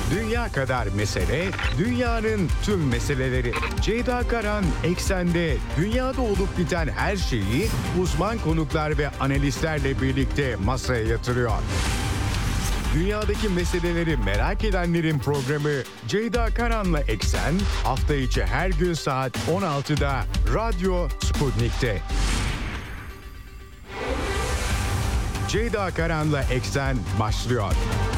Dünya kadar mesele, dünyanın tüm meseleleri. Ceyda Karan Eksen'de dünyada olup biten her şeyi uzman konuklar ve analistlerle birlikte masaya yatırıyor. Dünyadaki meseleleri merak edenlerin programı Ceyda Karan'la Eksen hafta içi her gün saat 16'da Radyo Sputnik'te. Ceyda Karan'la Eksen başlıyor.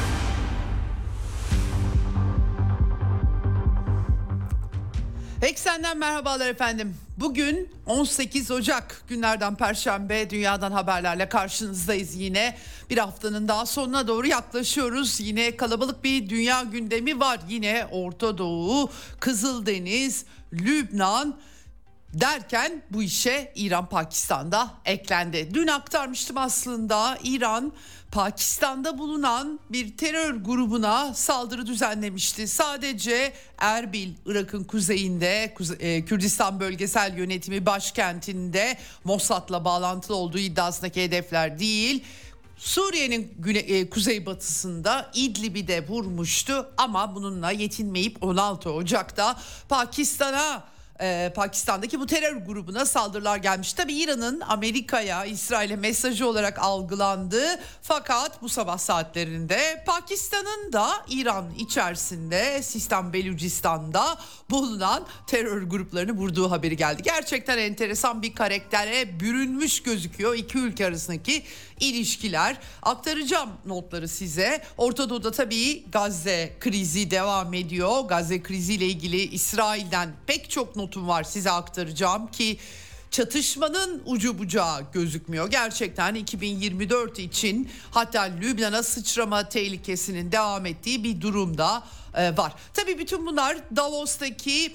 Eksen'den merhabalar efendim. Bugün 18 Ocak günlerden Perşembe, dünyadan haberlerle karşınızdayız yine. Bir haftanın daha sonuna doğru yaklaşıyoruz. Yine kalabalık bir dünya gündemi var. Yine Orta Doğu, Kızıldeniz, Lübnan derken bu işe İran, Pakistan'da eklendi. Dün aktarmıştım aslında. İran, Pakistan'da bulunan bir terör grubuna saldırı düzenlemişti. Sadece Erbil, Irak'ın kuzeyinde, Kürdistan Bölgesel Yönetimi başkentinde Mossad'la bağlantılı olduğu iddiasındaki hedefler değil. Suriye'nin kuzeybatısında İdlib'i de vurmuştu ama bununla yetinmeyip 16 Ocak'ta Pakistan'daki bu terör grubuna saldırılar gelmiş. Tabii İran'ın Amerika'ya, İsrail'e mesajı olarak algılandı. Fakat bu sabah saatlerinde Pakistan'ın da İran içerisinde Sistan Belucistan'da bulunan terör gruplarını vurduğu haberi geldi. Gerçekten enteresan bir karaktere bürünmüş gözüküyor iki ülke arasındaki ilişkiler. Aktaracağım notları size. Orta Doğu'da tabii Gazze krizi devam ediyor. Gazze kriziyle ilgili İsrail'den pek çok notum var, size aktaracağım ki çatışmanın ucu bucağı gözükmüyor. Gerçekten 2024 için hatta Lübnan'a sıçrama tehlikesinin devam ettiği bir durumda var. Tabii bütün bunlar Davos'taki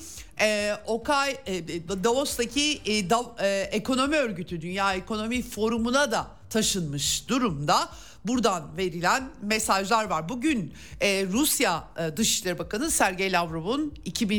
ekonomi örgütü, Dünya Ekonomi Forumu'na da taşınmış durumda. Buradan verilen mesajlar var. Bugün Rusya Dışişleri Bakanı Sergey Lavrov'un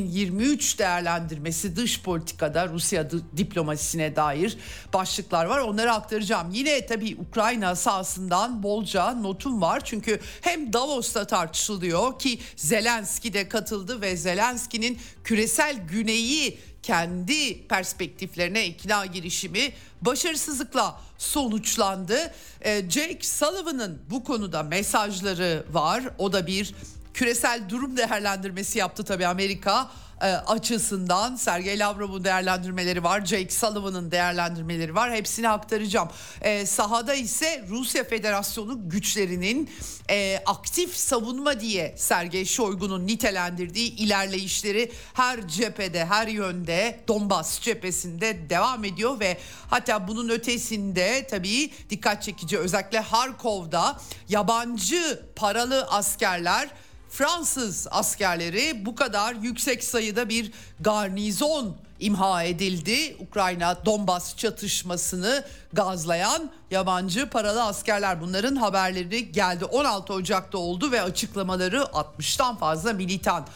2023 değerlendirmesi, dış politikada Rusya diplomasisine dair başlıklar var. Onları aktaracağım. Yine tabii Ukrayna sahasından bolca notum var. Çünkü hem Davos'ta tartışılıyor ki Zelenski de katıldı ve Zelenski'nin küresel güneyi kendi perspektiflerine ikna girişimi başarısızlıkla sonuçlandı. Jake Sullivan'ın bu konuda mesajları var. O da bir küresel durum değerlendirmesi yaptı tabii Amerika açısından. Sergey Lavrov'un değerlendirmeleri var, Jake Sullivan'ın değerlendirmeleri var, hepsini aktaracağım. Sahada ise Rusya Federasyonu güçlerinin aktif savunma diye Sergey Shoigu'nun nitelendirdiği ilerleyişleri her cephede, her yönde, Donbas cephesinde devam ediyor ve hatta bunun ötesinde tabii dikkat çekici, özellikle Harkov'da yabancı paralı askerler, Fransız askerleri, bu kadar yüksek sayıda bir garnizon imha edildi. Ukrayna Donbas çatışmasını gazlayan yabancı paralı askerler, bunların haberleri geldi. 16 Ocak'ta oldu ve açıklamaları 60'tan fazla militan.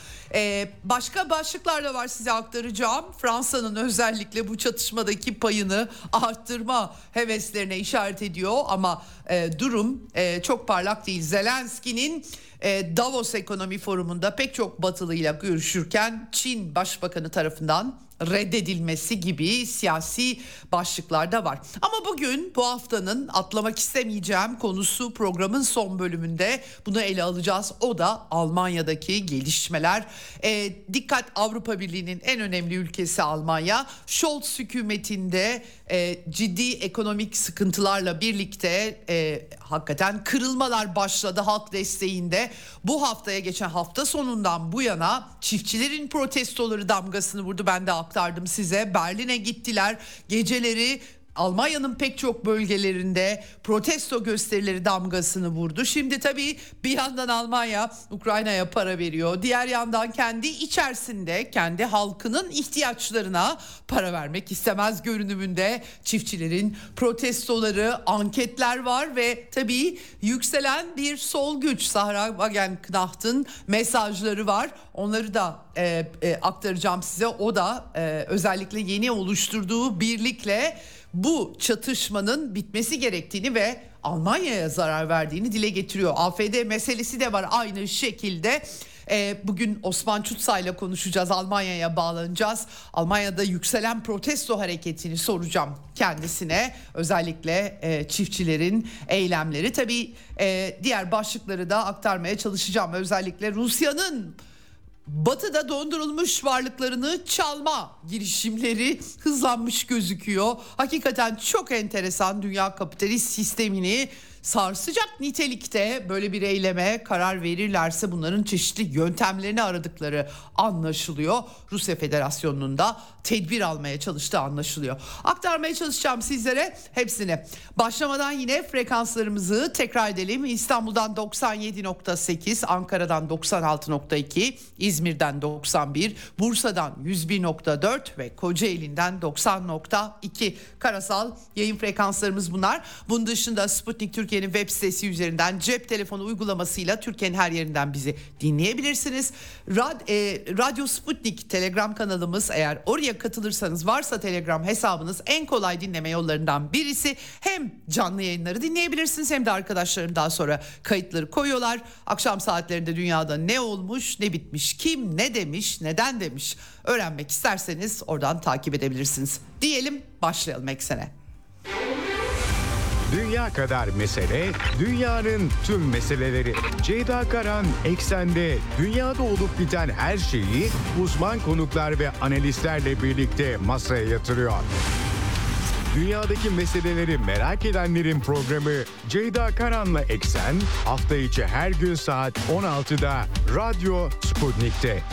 Başka başlıklar da var, size aktaracağım. Fransa'nın özellikle bu çatışmadaki payını arttırma heveslerine işaret ediyor ama durum çok parlak değil. Zelenski'nin Davos Ekonomi Forumu'nda pek çok batılıyla görüşürken Çin Başbakanı tarafından reddedilmesi gibi siyasi başlıklar da var. Ama bugün bu haftanın atlamak istemeyeceğim konusu, programın son bölümünde bunu ele alacağız. O da Almanya'daki gelişmeler. Dikkat, Avrupa Birliği'nin en önemli ülkesi Almanya. Scholz hükümetinde ciddi ekonomik sıkıntılarla birlikte hakikaten kırılmalar başladı halk desteğinde. Bu haftaya, geçen hafta sonundan bu yana çiftçilerin protestoları damgasını vurdu. Ben de aktardım size. Berlin'e gittiler. Geceleri Almanya'nın pek çok bölgelerinde protesto gösterileri damgasını vurdu. Şimdi tabii bir yandan Almanya Ukrayna'ya para veriyor. Diğer yandan kendi içerisinde kendi halkının ihtiyaçlarına para vermek istemez görünümünde çiftçilerin protestoları, anketler var ve tabii yükselen bir sol güç, Sarah Wagenknecht'ın mesajları var. Onları da aktaracağım size. O da özellikle yeni oluşturduğu birlikle bu çatışmanın bitmesi gerektiğini ve Almanya'ya zarar verdiğini dile getiriyor. AfD meselesi de var aynı şekilde. Bugün Osman Çutsay'la konuşacağız, Almanya'ya bağlanacağız. Almanya'da yükselen protesto hareketini soracağım kendisine. Özellikle çiftçilerin eylemleri. Tabii diğer başlıkları da aktarmaya çalışacağım. Özellikle Rusya'nın Batı'da dondurulmuş varlıklarını çalma girişimleri hızlanmış gözüküyor. Hakikaten çok enteresan, dünya kapitalist sistemini sarsacak nitelikte böyle bir eyleme karar verirlerse bunların çeşitli yöntemlerini aradıkları anlaşılıyor. Rusya Federasyonu'nun da tedbir almaya çalıştığı anlaşılıyor. Aktarmaya çalışacağım sizlere hepsini. Başlamadan yine frekanslarımızı tekrar edelim. İstanbul'dan 97.8, Ankara'dan 96.2, İzmir'den 91, Bursa'dan 101.4 ve Kocaeli'nden 90.2 karasal yayın frekanslarımız bunlar. Bunun dışında Sputnik Türkiye'nin web sitesi üzerinden cep telefonu uygulamasıyla Türkiye'nin her yerinden bizi dinleyebilirsiniz. Radyo Sputnik Telegram kanalımız, eğer oraya katılırsanız, varsa Telegram hesabınız, en kolay dinleme yollarından birisi. Hem canlı yayınları dinleyebilirsiniz hem de arkadaşlarım daha sonra kayıtları koyuyorlar. Akşam saatlerinde dünyada ne olmuş, ne bitmiş, kim ne demiş, neden demiş öğrenmek isterseniz oradan takip edebilirsiniz. Diyelim, başlayalım eksene. Dünya kadar mesele, dünyanın tüm meseleleri. Ceyda Karan Eksen'de dünyada olup biten her şeyi uzman konuklar ve analistlerle birlikte masaya yatırıyor. Dünyadaki meseleleri merak edenlerin programı Ceyda Karan'la Eksen, hafta içi her gün saat 16'da Radyo Sputnik'te.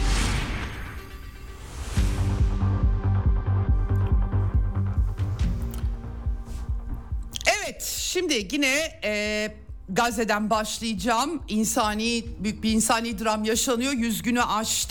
Şimdi yine Gazze'den başlayacağım. Büyük bir insani dram yaşanıyor. 100 günü aştı.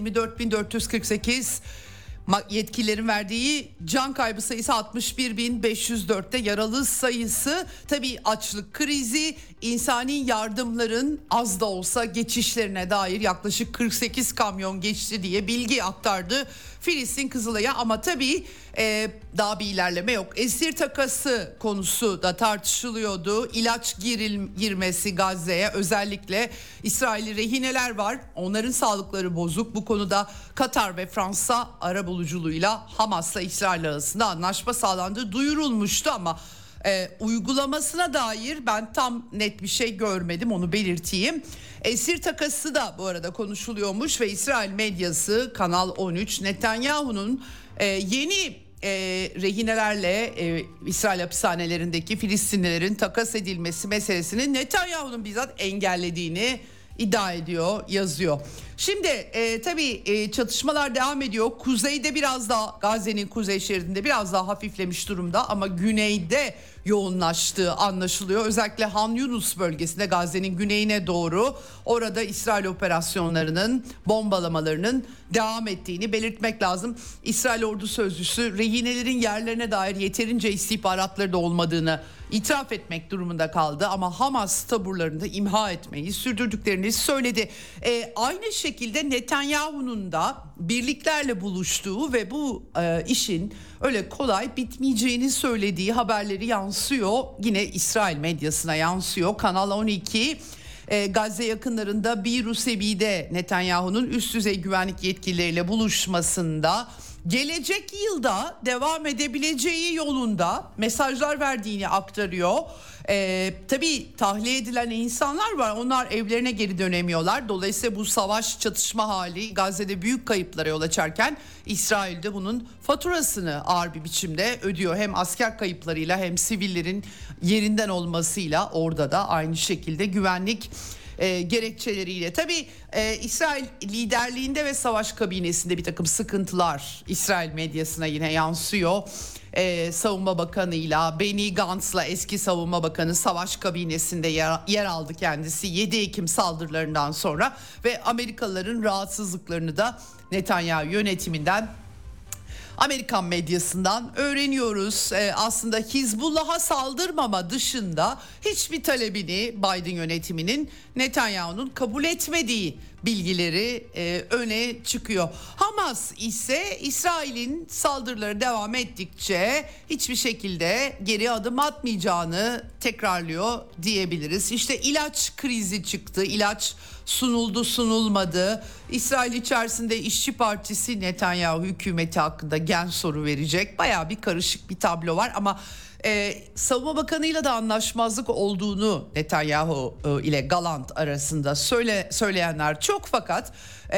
24.448 yetkililerin verdiği can kaybı sayısı 61.504'te, yaralı sayısı, tabii açlık krizi, insani yardımların az da olsa geçişlerine dair yaklaşık 48 kamyon geçti diye bilgi aktardı Filistin Kızılay'a. Ama tabii daha bir ilerleme yok. Esir takası konusu da tartışılıyordu. İlaç girmesi Gazze'ye, özellikle İsrailli rehineler var. Onların sağlıkları bozuk. Bu konuda Katar ve Fransa arabuluculuğuyla Hamas'la İsrail arasında anlaşma sağlandığı duyurulmuştu ama uygulamasına dair ben tam net bir şey görmedim, onu belirteyim. Esir takası da bu arada konuşuluyormuş ve İsrail medyası, Kanal 13, Netanyahu'nun yeni rehinelerle İsrail hapishanelerindeki Filistinlilerin takas edilmesi meselesini Netanyahu'nun bizzat engellediğini iddia ediyor, yazıyor. Şimdi tabii çatışmalar devam ediyor. Kuzeyde biraz daha, Gazze'nin kuzey şeridinde biraz daha hafiflemiş durumda ama güneyde yoğunlaştığı anlaşılıyor. Özellikle Han Yunus bölgesinde, Gazze'nin güneyine doğru, orada İsrail operasyonlarının, bombalamalarının devam ettiğini belirtmek lazım. İsrail ordu sözcüsü rehinelerin yerlerine dair yeterince istihbaratları da olmadığını itiraf etmek durumunda kaldı ama Hamas taburlarını da imha etmeyi sürdürdüklerini söyledi. Aynı şekilde Netanyahu'nun da birliklerle buluştuğu ve bu işin öyle kolay bitmeyeceğini söylediği haberleri yansıyor. Yine İsrail medyasına yansıyor. Kanal 12 Gazze yakınlarında Bir Rusebi'de Netanyahu'nun üst düzey güvenlik yetkilileriyle buluşmasında gelecek yılda devam edebileceği yolunda mesajlar verdiğini aktarıyor. Tabii tahliye edilen insanlar var, onlar evlerine geri dönemiyorlar. Dolayısıyla bu savaş, çatışma hali Gazze'de büyük kayıplara yol açarken İsrail'de bunun faturasını ağır bir biçimde ödüyor. Hem asker kayıplarıyla hem sivillerin yerinden olmasıyla, orada da aynı şekilde güvenlik gerekçeleriyle. Tabii İsrail liderliğinde ve savaş kabinesinde bir takım sıkıntılar İsrail medyasına yine yansıyor. Savunma Bakanı'yla, Benny Gantz'la, eski Savunma Bakanı, savaş kabinesinde yer aldı kendisi 7 Ekim saldırılarından sonra ve Amerikalıların rahatsızlıklarını da Netanyahu yönetiminden, Amerikan medyasından öğreniyoruz. Aslında Hizbullah'a saldırmama dışında hiçbir talebini Biden yönetiminin, Netanyahu'nun kabul etmediği bilgileri öne çıkıyor. Hamas ise İsrail'in saldırıları devam ettikçe hiçbir şekilde geri adım atmayacağını tekrarlıyor diyebiliriz. İşte ilaç krizi çıktı. İlaç sunuldu sunulmadı. İsrail içerisinde İşçi Partisi Netanyahu hükümeti hakkında gen soru verecek. Bayağı bir karışık bir tablo var ama Savunma Bakanı'yla da anlaşmazlık olduğunu Netanyahu ile Gallant arasında söyleyenler çok, fakat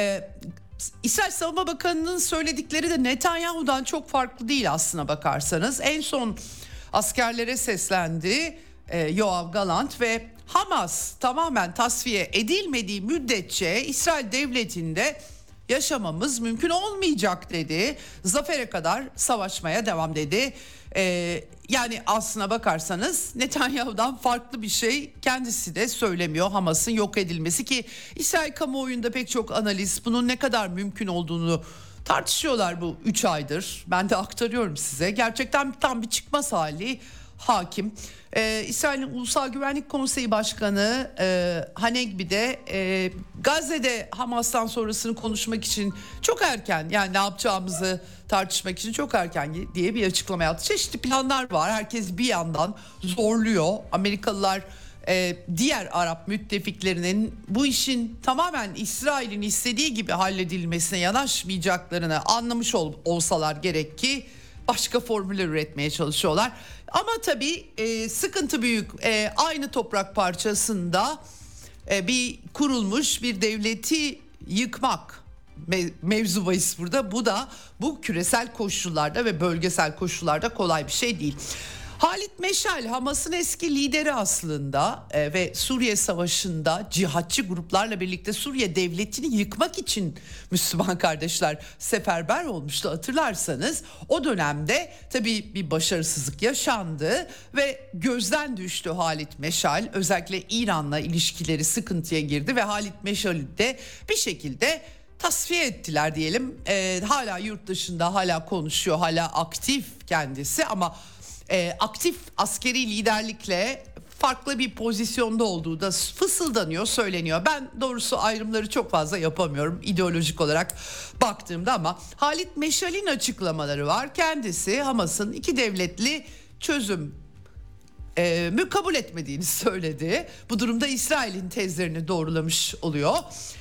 İsrail Savunma Bakanı'nın söyledikleri de Netanyahu'dan çok farklı değil aslına bakarsanız. En son askerlere seslendi Yoav Gallant ve Hamas tamamen tasfiye edilmediği müddetçe İsrail devletinde yaşamamız mümkün olmayacak dedi. Zafere kadar savaşmaya devam dedi. Yani aslına bakarsanız Netanyahu'dan farklı bir şey kendisi de söylemiyor. Hamas'ın yok edilmesi, ki İsrail kamuoyunda pek çok analist bunun ne kadar mümkün olduğunu tartışıyorlar bu 3 aydır. Ben de aktarıyorum size. Gerçekten tam bir çıkmaz hali hakim. İsrail'in Ulusal Güvenlik Konseyi Başkanı Hanegbi de Gazze'de Hamas'tan sonrasını konuşmak için çok erken, yani ne yapacağımızı tartışmak için çok erken diye bir açıklama yaptı. Çeşitli planlar var. Herkes bir yandan zorluyor. Amerikalılar diğer Arap müttefiklerinin bu işin tamamen İsrail'in istediği gibi halledilmesine yanaşmayacaklarını anlamış olsalar gerek ki başka formüller üretmeye çalışıyorlar. Ama tabii sıkıntı büyük. Aynı toprak parçasında bir kurulmuş bir devleti yıkmak mevzu bahis burada. Bu küresel koşullarda ve bölgesel koşullarda kolay bir şey değil. Halit Meşal, Hamas'ın eski lideri aslında ve Suriye Savaşı'nda cihatçı gruplarla birlikte Suriye devletini yıkmak için Müslüman kardeşler seferber olmuştu hatırlarsanız. O dönemde tabii bir başarısızlık yaşandı ve gözden düştü Halit Meşal. Özellikle İran'la ilişkileri sıkıntıya girdi ve Halit Meşal'i de bir şekilde tasfiye ettiler diyelim. Hala yurt dışında, hala konuşuyor, hala aktif kendisi ama aktif askeri liderlikle farklı bir pozisyonda olduğu da fısıldanıyor, söyleniyor. Ben doğrusu ayrımları çok fazla yapamıyorum ideolojik olarak baktığımda ama Halit Meşal'in açıklamaları var. Kendisi Hamas'ın 2 devletli çözüm kabul etmediğini söyledi. Bu durumda İsrail'in tezlerini doğrulamış oluyor.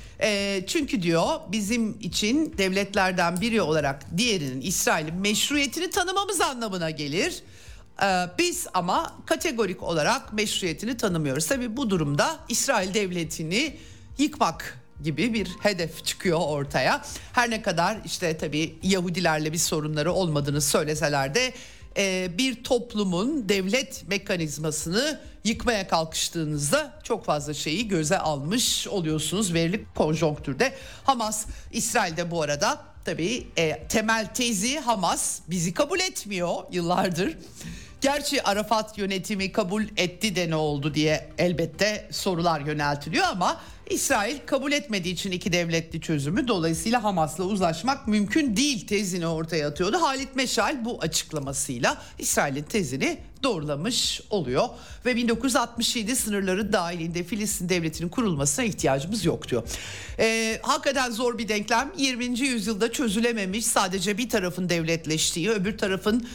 Çünkü diyor bizim için devletlerden biri olarak diğerinin, İsrail'in meşruiyetini tanımamız anlamına gelir. Biz ama kategorik olarak meşruiyetini tanımıyoruz. Tabii bu durumda İsrail devletini yıkmak gibi bir hedef çıkıyor ortaya. Her ne kadar işte tabii Yahudilerle bir sorunları olmadığını söyleseler de bir toplumun devlet mekanizmasını yıkmaya kalkıştığınızda çok fazla şeyi göze almış oluyorsunuz verili konjonktürde. Hamas, İsrail'de bu arada tabii temel tezi Hamas bizi kabul etmiyor yıllardır. Gerçi Arafat yönetimi kabul etti de ne oldu diye elbette sorular yöneltiliyor ama İsrail kabul etmediği için 2 devletli çözümü, dolayısıyla Hamas'la uzlaşmak mümkün değil tezini ortaya atıyordu. Halit Meşal bu açıklamasıyla İsrail'in tezini doğrulamış oluyor ve 1967 sınırları dahilinde Filistin devletinin kurulmasına ihtiyacımız yok diyor. Hakikaten zor bir denklem. 20. yüzyılda çözülememiş, sadece bir tarafın devletleştiği, öbür tarafın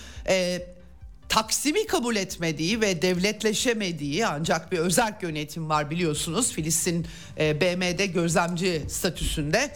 Taksim'i kabul etmediği ve devletleşemediği, ancak bir özerk yönetim var biliyorsunuz. Filistin BM'de gözlemci statüsünde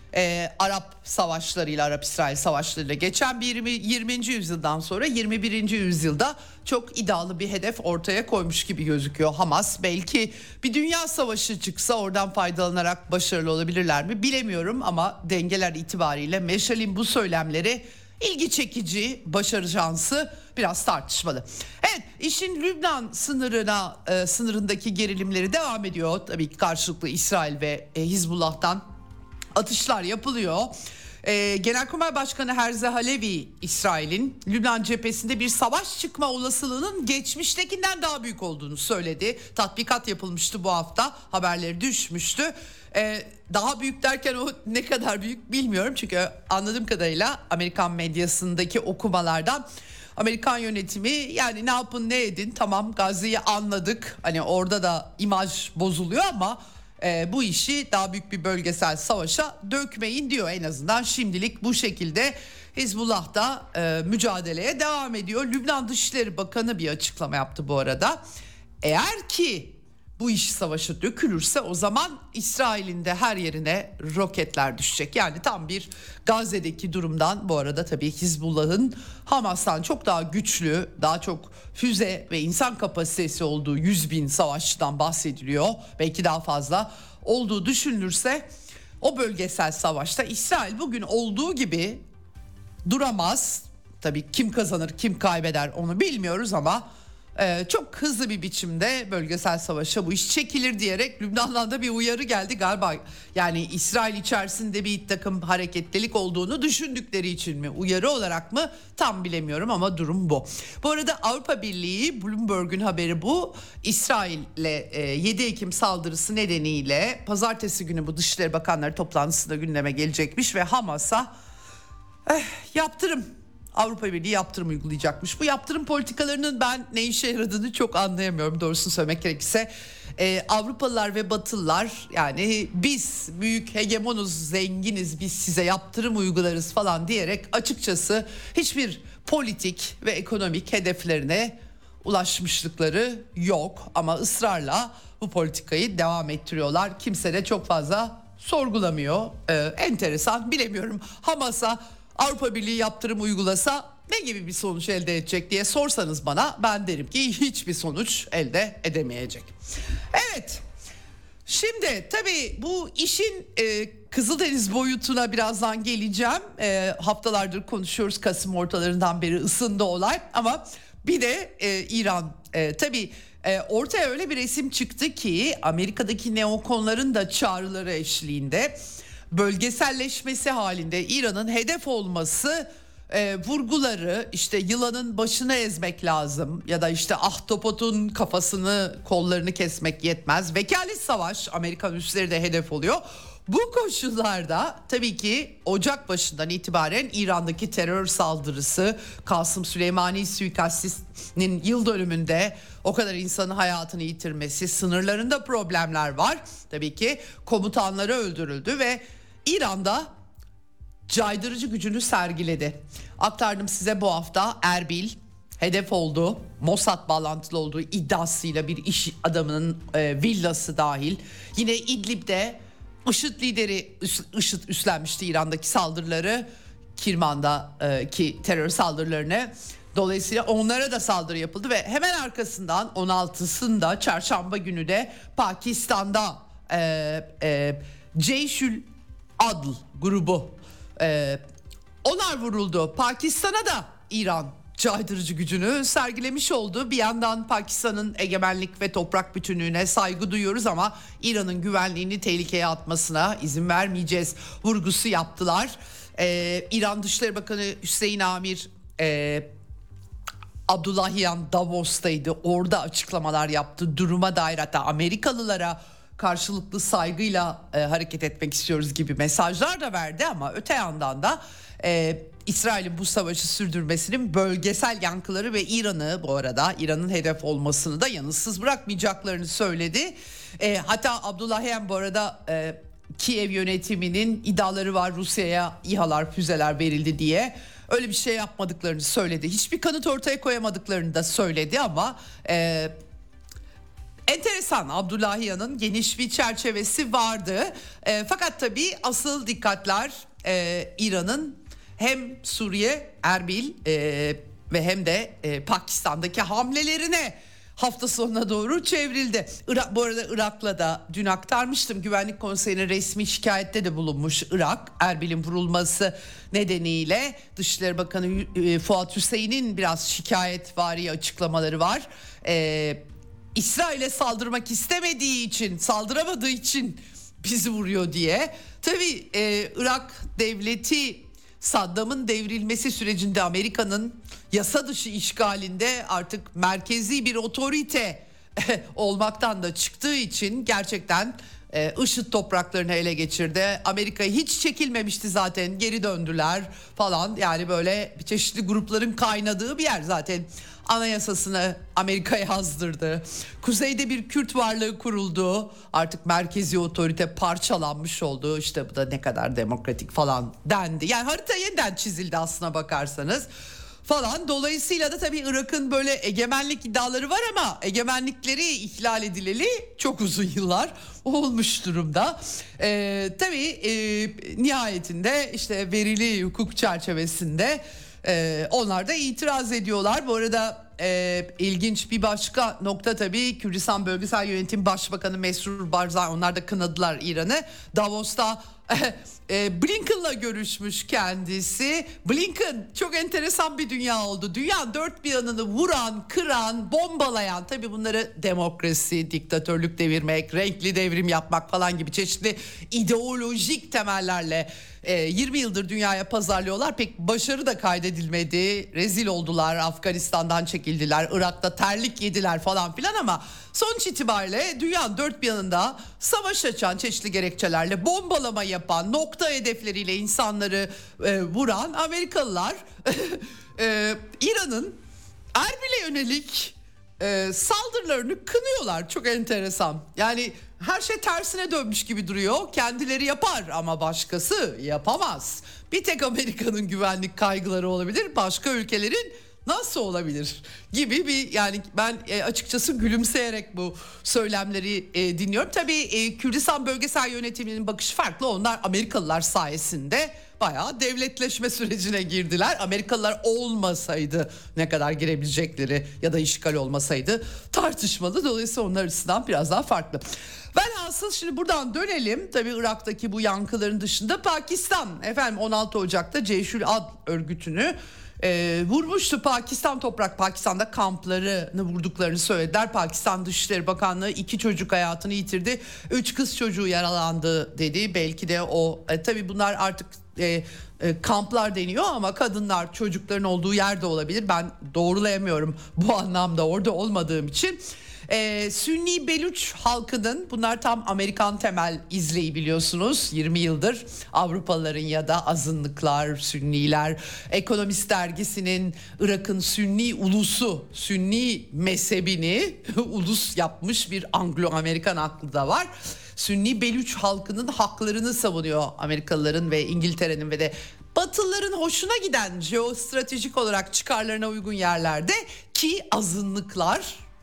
Arap savaşlarıyla, Arap-İsrail savaşlarıyla geçen 20. yüzyıldan sonra 21. yüzyılda çok iddialı bir hedef ortaya koymuş gibi gözüküyor Hamas. Belki bir dünya savaşı çıksa oradan faydalanarak başarılı olabilirler mi bilemiyorum ama dengeler itibariyle Meşal'in bu söylemleri ilgi çekici, başarı şansı biraz tartışmalı. Evet, işin Lübnan sınırındaki gerilimleri devam ediyor. Tabii ki karşılıklı İsrail ve Hizbullah'tan atışlar yapılıyor. Genelkurmay Başkanı Herzi Halevi, İsrail'in Lübnan cephesinde bir savaş çıkma olasılığının geçmiştekinden daha büyük olduğunu söyledi. Tatbikat yapılmıştı bu hafta, haberleri düşmüştü. Daha büyük derken o ne kadar büyük bilmiyorum. Çünkü anladığım kadarıyla Amerikan medyasındaki okumalardan Amerikan yönetimi yani ne yapın ne edin, tamam Gazze'yi anladık. Hani orada da imaj bozuluyor ama bu işi daha büyük bir bölgesel savaşa dökmeyin diyor. En azından şimdilik bu şekilde. Hizbullah da mücadeleye devam ediyor. Lübnan Dışişleri Bakanı bir açıklama yaptı bu arada. Eğer ki bu iş savaşa dökülürse o zaman İsrail'in de her yerine roketler düşecek. Yani tam bir Gazze'deki durumdan, bu arada tabii Hizbullah'ın Hamas'tan çok daha güçlü, daha çok füze ve insan kapasitesi olduğu 100.000 savaşçıdan bahsediliyor. Belki daha fazla olduğu düşünülürse o bölgesel savaşta İsrail bugün olduğu gibi duramaz. Tabii kim kazanır kim kaybeder onu bilmiyoruz ama çok hızlı bir biçimde bölgesel savaşa bu iş çekilir diyerek Lübnan'dan da bir uyarı geldi galiba. Yani İsrail içerisinde bir takım hareketlilik olduğunu düşündükleri için mi, uyarı olarak mı tam bilemiyorum ama durum bu. Bu arada Avrupa Birliği, Bloomberg'un haberi bu, İsrail'le 7 Ekim saldırısı nedeniyle pazartesi günü bu Dışişleri Bakanları toplantısında gündeme gelecekmiş ve Hamas'a yaptırım, Avrupa Birliği yaptırım uygulayacakmış. Bu yaptırım politikalarının ben ne işe yaradığını çok anlayamıyorum doğrusunu söylemek gerekirse. Avrupalılar ve Batılılar, yani biz büyük hegemonuz, zenginiz, biz size yaptırım uygularız falan diyerek açıkçası hiçbir politik ve ekonomik hedeflerine ulaşmışlıkları yok. Ama ısrarla bu politikayı devam ettiriyorlar. Kimse de çok fazla sorgulamıyor. Enteresan, bilemiyorum. Hamas'a Avrupa Birliği yaptırım uygulasa ne gibi bir sonuç elde edecek diye sorsanız bana, ben derim ki hiçbir sonuç elde edemeyecek. Evet, şimdi tabii bu işin Kızıldeniz boyutuna birazdan geleceğim. Haftalardır konuşuyoruz, Kasım ortalarından beri ısındı olay ama bir de İran tabii ortaya öyle bir resim çıktı ki Amerika'daki neokonların da çağrıları eşliğinde bölgeselleşmesi halinde İran'ın hedef olması vurguları, işte yılanın başını ezmek lazım ya da işte ahtapotun kafasını, kollarını kesmek yetmez. Vekalet savaş, Amerikan üsleri de hedef oluyor. Bu koşullarda tabii ki Ocak başından itibaren İran'daki terör saldırısı, Kasım Süleymani suikastinin yıl dönümünde o kadar insanın hayatını yitirmesi, sınırlarında problemler var. Tabii ki komutanları öldürüldü ve İran'da caydırıcı gücünü sergiledi. Aktardım size bu hafta, Erbil hedef oldu. Mossad bağlantılı olduğu iddiasıyla bir iş adamının villası dahil. Yine İdlib'de IŞİD lideri IŞİD üstlenmişti İran'daki saldırıları, Kirman'daki terör saldırılarını. Dolayısıyla onlara da saldırı yapıldı ve hemen arkasından 16'sında çarşamba günü de Pakistan'da Ceyşül Adl grubu, onlar vuruldu. Pakistan'a da İran caydırıcı gücünü sergilemiş oldu. Bir yandan Pakistan'ın egemenlik ve toprak bütünlüğüne saygı duyuyoruz ama İran'ın güvenliğini tehlikeye atmasına izin vermeyeceğiz vurgusu yaptılar. İran Dışişleri Bakanı Hüseyin Amir Abdullahian Davos'taydı. Orada açıklamalar yaptı. Duruma dair, hatta Amerikalılara karşılıklı saygıyla hareket etmek istiyoruz gibi mesajlar da verdi ama öte yandan da İsrail'in bu savaşı sürdürmesinin bölgesel yankıları ve İran'ı, bu arada İran'ın hedef olmasını da yanıtsız bırakmayacaklarını söyledi. Hatta Abdullahian bu arada Kiev yönetiminin iddiaları var, Rusya'ya İHA'lar, füzeler verildi diye. Öyle bir şey yapmadıklarını söyledi. Hiçbir kanıt ortaya koyamadıklarını da söyledi ama enteresan, Abdullahian'ın geniş bir çerçevesi vardı. Fakat tabii asıl dikkatler İran'ın hem Suriye, Erbil ve hem de Pakistan'daki hamlelerine hafta sonuna doğru çevrildi. Bu arada Irak'la da dün aktarmıştım. Güvenlik Konseyi'ne resmi şikayette de bulunmuş Irak. Erbil'in vurulması nedeniyle Dışişleri Bakanı Fuat Hüseyin'in biraz şikayetvari açıklamaları var. İsrail'e saldırmak istemediği için, saldıramadığı için bizi vuruyor diye. Tabii Irak devleti Saddam'ın devrilmesi sürecinde Amerika'nın yasa dışı işgalinde artık merkezi bir otorite olmaktan da çıktığı için gerçekten IŞİD topraklarını ele geçirdi. Amerika hiç çekilmemişti zaten, geri döndüler falan, yani böyle çeşitli grupların kaynadığı bir yer zaten. Anayasasını Amerika yazdırdı. Kuzeyde bir Kürt varlığı kuruldu. Artık merkezi otorite parçalanmış oldu. İşte bu da ne kadar demokratik falan dendi. Yani harita yeniden çizildi aslına bakarsanız. falan. Dolayısıyla da tabii Irak'ın böyle egemenlik iddiaları var ama egemenlikleri ihlal edileli çok uzun yıllar olmuş durumda. Tabii nihayetinde işte verili hukuk çerçevesinde onlar da itiraz ediyorlar. Bu arada ilginç bir başka nokta tabii Kürdistan Bölgesel Yönetim Başbakanı Mesrur Barzani, onlar da kınadılar İran'ı. Davos'ta Blinken'la görüşmüş kendisi. Blinken çok enteresan bir dünya oldu. Dünya dört bir yanını vuran, kıran, bombalayan, tabii bunları demokrasi, diktatörlük devirmek, renkli devrim yapmak falan gibi çeşitli ideolojik temellerle 20 yıldır dünyaya pazarlıyorlar. Pek başarı da kaydedilmedi. Rezil oldular, Afganistan'dan çekildiler, Irak'ta terlik yediler falan filan ama sonuç itibariyle dünyanın dört bir yanında savaş açan, çeşitli gerekçelerle bombalama yapan, nokta hedefleriyle insanları vuran Amerikalılar İran'ın Erbil'e yönelik saldırılarını kınıyorlar. Çok enteresan. Yani her şey tersine dönmüş gibi duruyor. Kendileri yapar ama başkası yapamaz. Bir tek Amerika'nın güvenlik kaygıları olabilir. Başka ülkelerin nasıl olabilir gibi bir, yani ben açıkçası gülümseyerek bu söylemleri dinliyorum. Tabii Kürdistan Bölgesel Yönetiminin bakışı farklı. Onlar Amerikalılar sayesinde bayağı devletleşme sürecine girdiler. Amerikalılar olmasaydı ne kadar girebilecekleri ya da işgal olmasaydı tartışmalı. Dolayısıyla onlar açısından biraz daha farklı. Velhasıl şimdi buradan dönelim. Tabii Irak'taki bu yankıların dışında Pakistan 16 Ocak'ta Ceyşül Adl örgütünü vurmuştu. Pakistan'da kamplarını vurduklarını söylediler. Pakistan Dışişleri Bakanlığı 2 çocuk hayatını yitirdi, 3 kız çocuğu yaralandı dedi. Belki de o tabii bunlar artık kamplar deniyor ama kadınlar, çocukların olduğu yerde olabilir. Ben doğrulayamıyorum bu anlamda orada olmadığım için. Sünni Beluç halkının, bunlar tam Amerikan temel izleyi biliyorsunuz, 20 yıldır Avrupalıların ya da azınlıklar, Sünniler, Ekonomist dergisinin Irak'ın Sünni ulusu, Sünni mezhebini ulus yapmış bir Anglo-Amerikan aklı da var. Sünni Beluç halkının haklarını savunuyor Amerikalıların ve İngiltere'nin ve de Batılıların hoşuna giden jeostratejik olarak çıkarlarına uygun yerlerde ki azınlıklar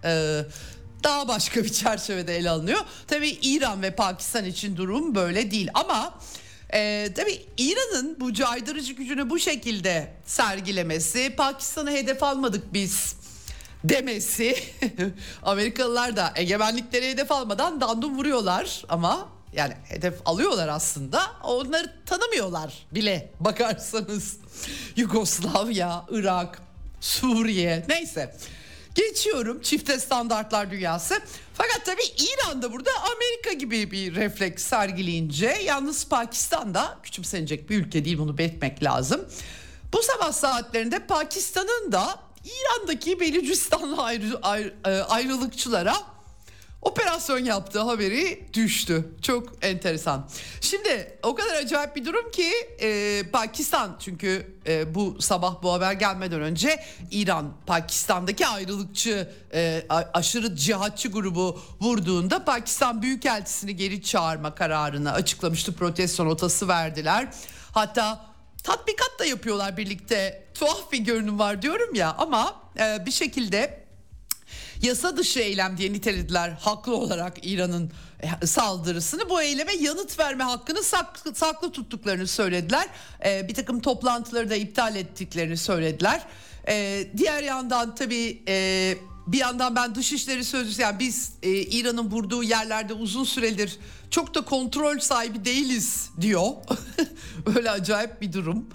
daha başka bir çerçevede ele alınıyor. Tabii İran ve Pakistan için durum böyle değil ama tabii İran'ın bu caydırıcı gücünü bu şekilde sergilemesi, Pakistan'ı hedef almadık biz demesi, Amerikalılar da egemenlikleri hedef almadan dandum vuruyorlar ama yani hedef alıyorlar aslında, onları tanımıyorlar bile bakarsanız. Yugoslavya, Irak, Suriye, neyse. Geçiyorum çifte standartlar dünyası. Fakat tabii İran'da burada Amerika gibi bir refleks sergileyince, yalnız Pakistan'da küçümsenecek bir ülke değil, bunu belirtmek lazım. Bu sabah saatlerinde Pakistan'ın da İran'daki Belucistanlı ayrılıkçılara operasyon yaptığı haberi düştü. Çok enteresan. Şimdi o kadar acayip bir durum ki Pakistan, çünkü bu sabah bu haber gelmeden önce İran Pakistan'daki ayrılıkçı aşırı cihatçı grubu vurduğunda Pakistan Büyükelçisini geri çağırma kararını açıklamıştı. Protesto notası verdiler. Hatta tatbikat da yapıyorlar birlikte. Tuhaf bir görünüm var diyorum ya ama bir şekilde yasa dışı eylem diye nitelediler haklı olarak İran'ın saldırısını. Bu eyleme yanıt verme hakkını saklı tuttuklarını söylediler. Bir takım toplantıları da iptal ettiklerini söylediler. Diğer yandan tabii bir yandan ben Dışişleri Sözcüsü, yani biz İran'ın vurduğu yerlerde uzun süredir çok da kontrol sahibi değiliz diyor. Öyle acayip bir durum.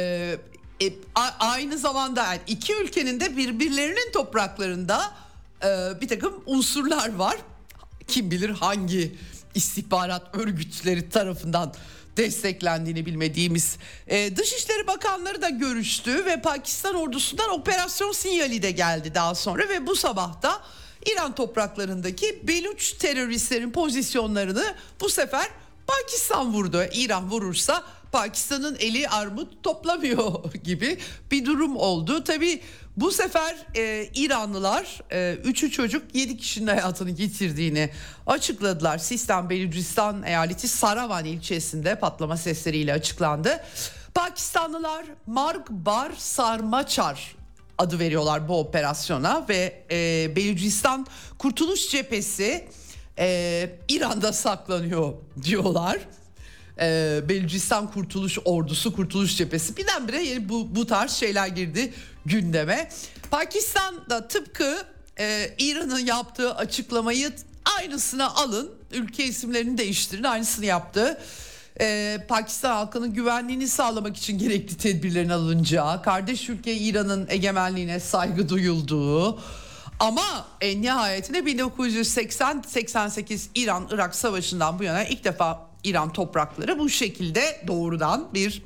Aynı zamanda yani iki ülkenin de birbirlerinin topraklarında bir takım unsurlar var. Kim bilir hangi istihbarat örgütleri tarafından desteklendiğini bilmediğimiz. Dışişleri Bakanları da görüştü ve Pakistan ordusundan operasyon sinyali de geldi daha sonra ve bu sabah da İran topraklarındaki Beluç teröristlerin pozisyonlarını bu sefer Pakistan vurdu. İran vurursa Pakistan'ın eli armut toplamıyor gibi bir durum oldu. Tabii bu sefer İranlılar 3'ü çocuk 7 kişinin hayatını yitirdiğini açıkladılar. Sistan Belucistan eyaleti Saravan ilçesinde patlama sesleriyle açıklandı. Pakistanlılar Marg Bar Sarmaçar adı veriyorlar bu operasyona ve Belucistan Kurtuluş Cephesi İran'da saklanıyor diyorlar. Belucistan Kurtuluş Ordusu, Kurtuluş Cephesi, birdenbire bu tarz şeyler girdi gündeme. Pakistan da tıpkı İran'ın yaptığı açıklamayı aynısını alın, ülke isimlerini değiştirin, aynısını yaptı. Pakistan halkının güvenliğini sağlamak için gerekli tedbirlerin alınacağı, kardeş ülke İran'ın egemenliğine saygı duyulduğu, ama en nihayetinde 1980-88 İran-Irak Savaşı'ndan bu yana ilk defa İran toprakları bu şekilde doğrudan bir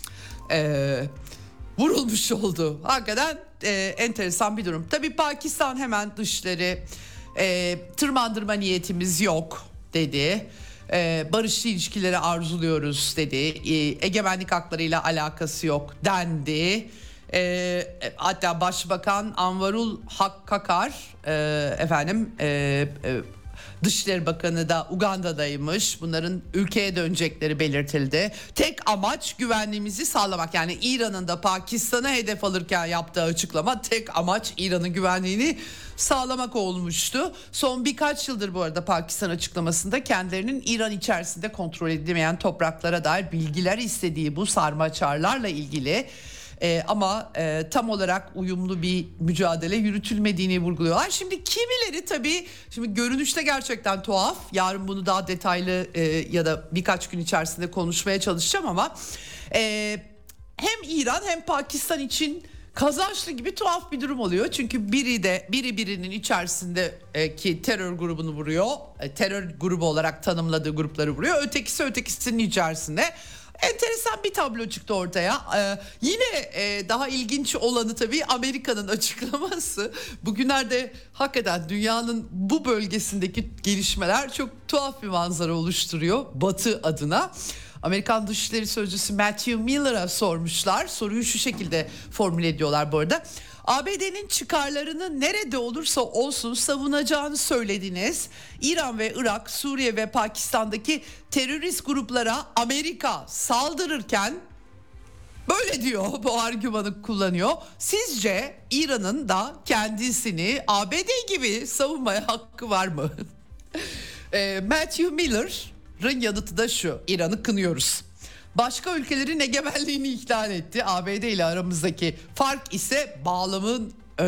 vurulmuş oldu. Hakikaten enteresan bir durum. Tabii Pakistan hemen dışları tırmandırma niyetimiz yok dedi. Barışçı ilişkileri arzuluyoruz dedi. Egemenlik haklarıyla alakası yok dendi. Hatta Başbakan Anvarul Hak Kakar Dışişleri Bakanı da Uganda'daymış. Bunların ülkeye dönecekleri belirtildi. Tek amaç güvenliğimizi sağlamak. Yani İran'ın da Pakistan'a hedef alırken yaptığı açıklama, tek amaç İran'ın güvenliğini sağlamak olmuştu. Son birkaç yıldır bu arada Pakistan açıklamasında kendilerinin İran içerisinde kontrol edilemeyen topraklara dair bilgiler istediği bu sarmaçarlarla ilgili ama tam olarak uyumlu bir mücadele yürütülmediğini vurguluyorlar. Şimdi kimileri tabii, şimdi görünüşte gerçekten tuhaf. Yarın bunu daha detaylı ya da birkaç gün içerisinde konuşmaya çalışacağım ama hem İran hem Pakistan için kazançlı gibi tuhaf bir durum oluyor. Çünkü biri birinin içerisindeki terör grubunu vuruyor. Terör grubu olarak tanımladığı grupları vuruyor. Ötekisi ötekisinin içerisinde. Enteresan bir tablo çıktı ortaya. Yine daha ilginç olanı tabii Amerika'nın açıklaması. Bugünlerde hakikaten dünyanın bu bölgesindeki gelişmeler çok tuhaf bir manzara oluşturuyor Batı adına. Amerikan Dışişleri Sözcüsü Matthew Miller'a sormuşlar. Soruyu şu şekilde formüle ediyorlar bu arada. ABD'nin çıkarlarını nerede olursa olsun savunacağını söylediniz. İran ve Irak, Suriye ve Pakistan'daki terörist gruplara Amerika saldırırken böyle diyor, bu argümanı kullanıyor. Sizce İran'ın da kendisini ABD gibi savunmaya hakkı var mı? Matthew Miller'ın yanıtı da şu: İran'ı kınıyoruz. Başka ülkelerin egemenliğini ihlal etti. ABD ile aramızdaki fark ise bağlam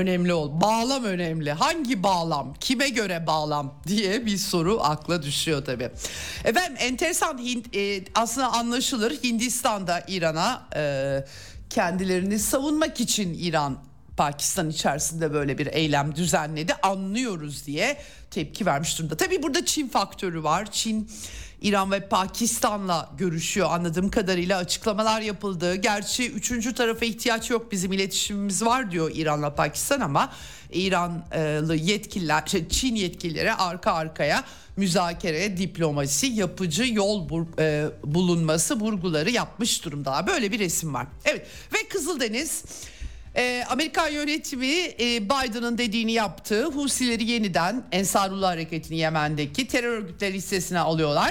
önemli. Hangi bağlam? Kime göre bağlam diye bir soru akla düşüyor tabii. Efendim enteresan, aslında anlaşılır. Hindistan'da İran'a kendilerini savunmak için İran Pakistan içerisinde böyle bir eylem düzenledi, anlıyoruz diye tepki vermiş durumda. Tabii burada Çin faktörü var. Çin İran ve Pakistan'la görüşüyor anladığım kadarıyla, açıklamalar yapıldı. Gerçi üçüncü tarafa ihtiyaç yok, bizim iletişimimiz var diyor İran'la Pakistan, ama İranlı yetkililer, Çin yetkilileri arka arkaya müzakere, diplomasi, yapıcı yol bulunması vurguları yapmış durumda. Böyle bir resim var. Evet, ve Kızıldeniz, Amerikan yönetimi Biden'ın dediğini yaptı. Husileri yeniden Ensarullah Hareketi'ni Yemen'deki terör örgütleri listesine alıyorlar.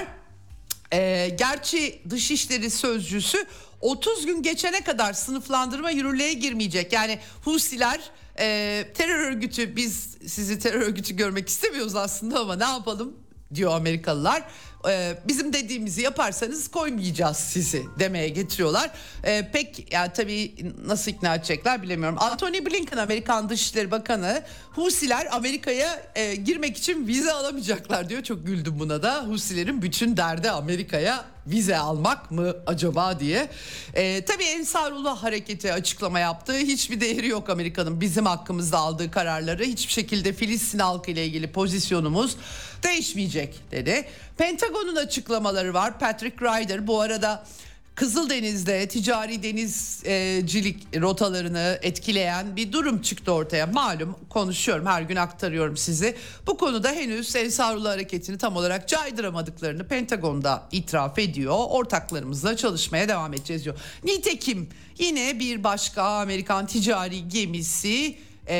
Gerçi Dışişleri Sözcüsü 30 gün geçene kadar sınıflandırma yürürlüğe girmeyecek. Yani Husiler terör örgütü, biz sizi terör örgütü görmek istemiyoruz aslında ama ne yapalım diyor Amerikalılar. Bizim dediğimizi yaparsanız koymayacağız sizi demeye getiriyorlar. Pek yani tabii nasıl ikna edecekler bilemiyorum. Antony Blinken, Amerikan Dışişleri Bakanı, Husiler Amerika'ya girmek için vize alamayacaklar diyor. Çok güldüm buna da. Husilerin bütün derdi Amerika'ya vize almak mı acaba diye. Tabii Ensarullah Hareketi açıklama yaptı. Hiçbir değeri yok Amerika'nın bizim hakkımızda aldığı kararları. Hiçbir şekilde Filistin halkı ile ilgili pozisyonumuz değişmeyecek dedi. Pentagon'un açıklamaları var. Patrick Ryder bu arada Kızıldeniz'de ticari denizcilik rotalarını etkileyen bir durum çıktı ortaya. Malum, konuşuyorum, her gün aktarıyorum size. Bu konuda henüz Ensarullah Hareketi'ni tam olarak caydıramadıklarını Pentagon'da itiraf ediyor. Ortaklarımızla çalışmaya devam edeceğiz diyor. Nitekim yine bir başka Amerikan ticari gemisi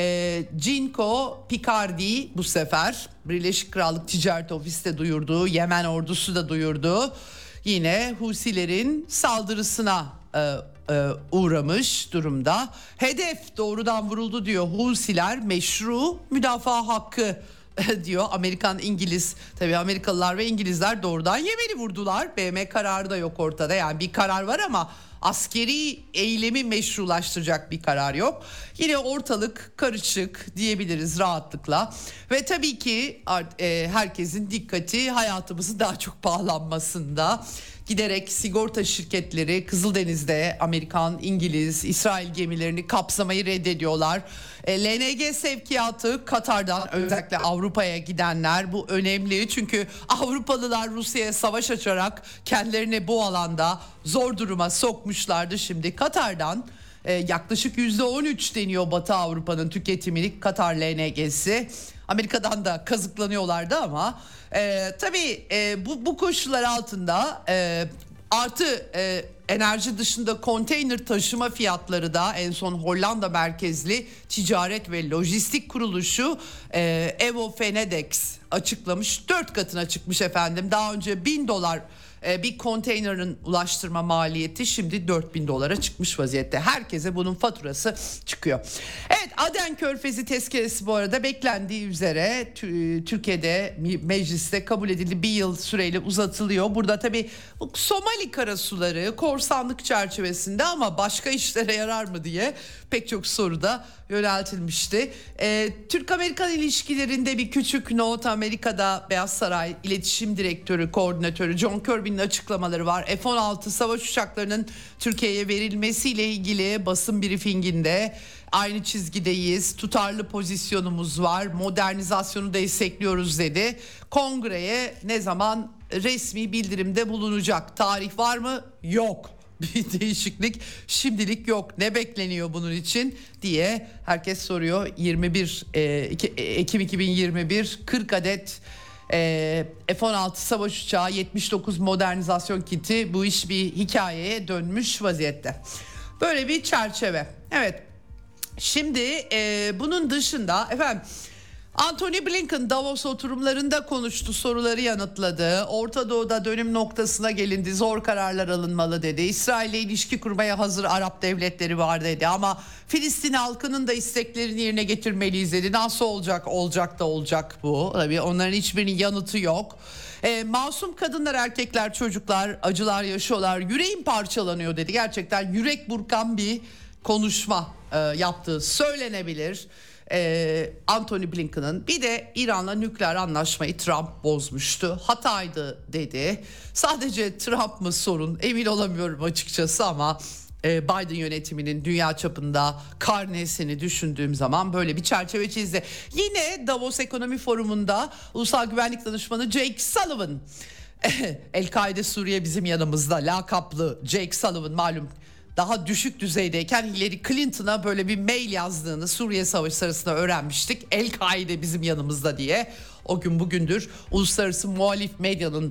Cinco Picardi bu sefer Birleşik Krallık Ticaret Ofisi de duyurdu, Yemen ordusu da duyurdu. Yine Husilerin saldırısına uğramış durumda. Hedef doğrudan vuruldu diyor Husiler, meşru müdafaa hakkı diyor. Amerikan, İngiliz, tabii Amerikalılar ve İngilizler doğrudan Yemen'i vurdular. BM kararı da yok ortada, yani bir karar var ama askeri eylemi meşrulaştıracak bir karar yok. Yine ortalık karışık diyebiliriz rahatlıkla. Ve tabii ki herkesin dikkati hayatımızın daha çok pahalanmasında. Giderek sigorta şirketleri Kızıldeniz'de Amerikan, İngiliz, İsrail gemilerini kapsamayı reddediyorlar. LNG sevkiyatı Katar'dan özellikle Avrupa'ya gidenler, bu önemli çünkü Avrupalılar Rusya'ya savaş açarak kendilerini bu alanda zor duruma sokmuşlardı. Şimdi Katar'dan yaklaşık %13 deniyor Batı Avrupa'nın tüketimini Katar LNG'si. Amerika'dan da kazıklanıyorlardı ama tabii bu koşullar altında artı enerji dışında konteyner taşıma fiyatları da en son Hollanda merkezli ticaret ve lojistik kuruluşu Evo Fenedex açıklamış, 4 katına çıkmış efendim. Daha önce $1.000 bir konteynerin ulaştırma maliyeti şimdi $4.000 çıkmış vaziyette. Herkese bunun faturası çıkıyor. Evet, Aden Körfezi tezkeresi bu arada beklendiği üzere Türkiye'de mecliste kabul edildi. Bir yıl süreyle uzatılıyor. Burada tabii Somali karasuları korsanlık çerçevesinde ama başka işlere yarar mı diye pek çok soru da yöneltilmişti. Türk-Amerikan ilişkilerinde bir küçük not. Amerika'da Beyaz Saray İletişim Direktörü, Koordinatörü John Kirby'nin açıklamaları var. F-16 savaş uçaklarının Türkiye'ye verilmesiyle ilgili basın briefinginde aynı çizgideyiz, tutarlı pozisyonumuz var, modernizasyonu destekliyoruz dedi. Kongreye ne zaman resmi bildirimde bulunacak? Tarih var mı? Yok. Bir değişiklik şimdilik yok. Ne bekleniyor bunun için diye herkes soruyor. 21 Ekim 2021 40 adet F-16 savaş uçağı, 79 modernizasyon kiti, bu iş bir hikayeye dönmüş vaziyette. Böyle bir çerçeve. Evet. Şimdi bunun dışında efendim Antony Blinken Davos oturumlarında konuştu, soruları yanıtladı. Orta Doğu'da dönüm noktasına gelindi, zor kararlar alınmalı dedi. İsrail'le ilişki kurmaya hazır Arap devletleri var dedi ama Filistin halkının da isteklerini yerine getirmeliyiz dedi. Nasıl olacak? Olacak da olacak bu. Tabii onların hiçbirinin yanıtı yok. Masum kadınlar, erkekler, çocuklar acılar yaşıyorlar. Yüreğim parçalanıyor dedi. Gerçekten yürek burkan bir konuşma yaptığı söylenebilir. Antony Blinken'ın. Bir de İran'la nükleer anlaşmayı Trump bozmuştu. Hataydı dedi. Sadece Trump mı sorun, emin olamıyorum açıkçası ama Biden yönetiminin dünya çapında karnesini düşündüğüm zaman böyle bir çerçeve çizdi. Yine Davos Ekonomi Forumu'nda Ulusal Güvenlik Danışmanı Jake Sullivan, El-Kaide Suriye bizim yanımızda lakaplı Jake Sullivan, malum daha düşük düzeydeyken Hillary Clinton'a böyle bir mail yazdığını Suriye Savaşı sırasında öğrenmiştik. El-Kaide bizim yanımızda diye. O gün bugündür uluslararası muhalif medyanın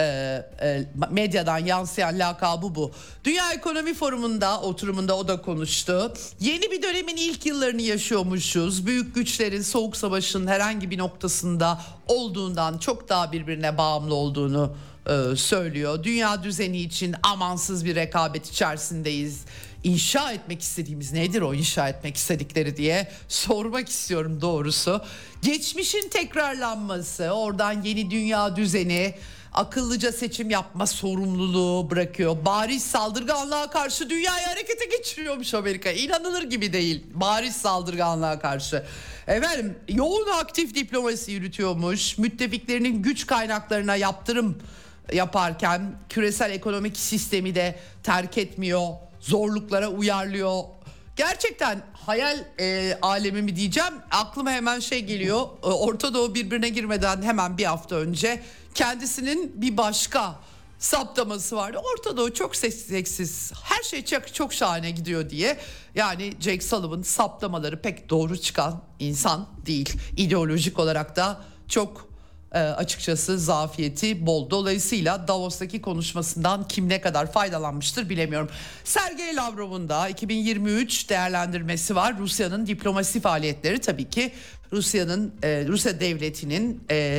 medyadan yansıyan lakabı bu. Dünya Ekonomi Forumu'nda oturumunda o da konuştu. Yeni bir dönemin ilk yıllarını yaşıyormuşuz. Büyük güçlerin Soğuk Savaş'ın herhangi bir noktasında olduğundan çok daha birbirine bağımlı olduğunu söylüyor. Dünya düzeni için amansız bir rekabet içerisindeyiz. İnşa etmek istediğimiz nedir, o inşa etmek istedikleri diye sormak istiyorum doğrusu. Geçmişin tekrarlanması, oradan yeni dünya düzeni, akıllıca seçim yapma sorumluluğu bırakıyor. Bariz saldırganlığa karşı dünyayı harekete geçiriyormuş Amerika. İnanılır gibi değil. Bariz saldırganlığa karşı. Efendim, yoğun aktif diplomasi yürütüyormuş. Müttefiklerinin güç kaynaklarına yaptırım yaparken küresel ekonomik sistemi de terk etmiyor. Zorluklara uyarlıyor. Gerçekten hayal alemi mi diyeceğim, aklıma hemen şey geliyor. Orta Doğu birbirine girmeden hemen bir hafta önce kendisinin bir başka saptaması vardı. Orta Doğu çok sessiz, her şey çok şahane gidiyor diye. Yani Jake Sullivan saptamaları pek doğru çıkan insan değil. İdeolojik olarak da çok açıkçası zafiyeti bol. Dolayısıyla Davos'taki konuşmasından kim ne kadar faydalanmıştır bilemiyorum. Sergey Lavrov'un da 2023 değerlendirmesi var. Rusya'nın diplomasi faaliyetleri, tabii ki Rusya devletinin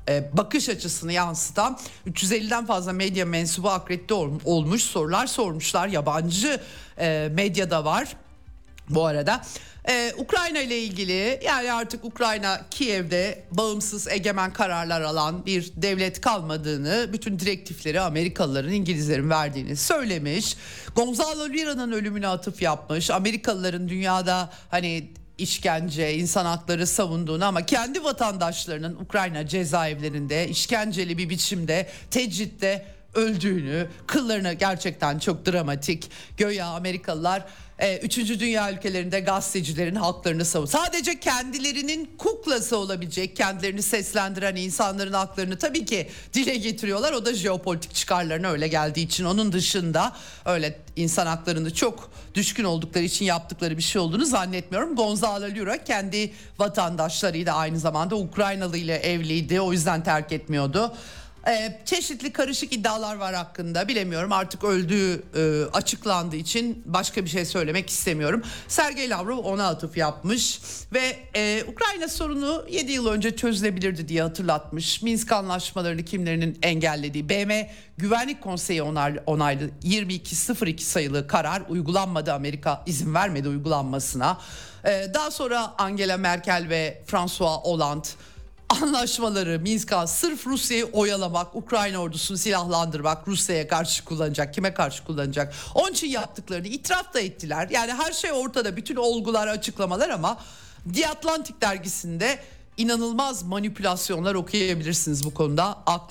bakış açısını yansıtan 350'den fazla medya mensubu akredite olmuş, sorular sormuşlar. Yabancı medyada var bu arada. Ukrayna ile ilgili, yani artık Ukrayna Kiev'de bağımsız egemen kararlar alan bir devlet kalmadığını, bütün direktifleri Amerikalıların, İngilizlerin verdiğini söylemiş. Gonzalo Lira'nın ölümüne atıf yapmış. Amerikalıların dünyada hani işkence, insan hakları savunduğunu ama kendi vatandaşlarının Ukrayna cezaevlerinde işkenceli bir biçimde, tecritte öldüğünü, kıllarını gerçekten çok dramatik. Göya Amerikalılar 3. Dünya ülkelerinde gazetecilerin haklarını savunuyor. Sadece kendilerinin kuklası olabilecek, kendilerini seslendiren insanların haklarını tabii ki dile getiriyorlar. O da jeopolitik çıkarlarına öyle geldiği için. Onun dışında öyle insan haklarını çok düşkün oldukları için yaptıkları bir şey olduğunu zannetmiyorum. Gonzalo Lira kendi vatandaşlarıyla aynı zamanda Ukraynalı ile evliydi. O yüzden terk etmiyordu. Çeşitli karışık iddialar var hakkında, bilemiyorum, artık öldüğü açıklandığı için başka bir şey söylemek istemiyorum. Sergey Lavrov ona atıf yapmış ve Ukrayna sorunu 7 yıl önce çözülebilirdi diye hatırlatmış. Minsk anlaşmalarını kimlerinin engellediği, BM Güvenlik Konseyi onaylı 2202 sayılı karar uygulanmadı, Amerika izin vermedi uygulanmasına. Daha sonra Angela Merkel ve François Hollande anlaşmaları Minsk'a sırf Rusya'yı oyalamak, Ukrayna ordusunu silahlandırmak, Rusya'ya karşı kullanacak, kime karşı kullanacak, onun için yaptıklarını itiraf da ettiler. Yani her şey ortada, bütün olgular, açıklamalar, ama The Atlantic dergisinde inanılmaz manipülasyonlar okuyabilirsiniz bu konuda.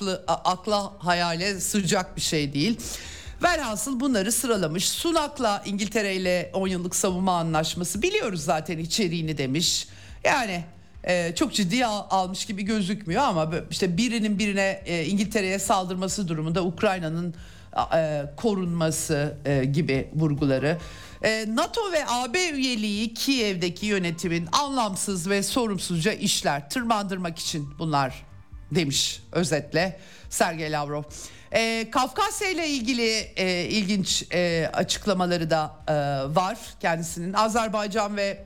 Akla hayale sığacak bir şey değil. Velhasıl bunları sıralamış. Sunak'la İngiltere ile 10 yıllık savunma anlaşması, biliyoruz zaten içeriğini demiş. Yani çok ciddiye almış gibi gözükmüyor ama işte birinin birine İngiltere'ye saldırması durumunda Ukrayna'nın korunması gibi vurguları. NATO ve AB üyeliği Kiev'deki yönetimin anlamsız ve sorumsuzca işler, tırmandırmak için bunlar demiş özetle Sergey Lavrov. Kafkasya ile ilgili ilginç açıklamaları da var kendisinin. Azerbaycan ve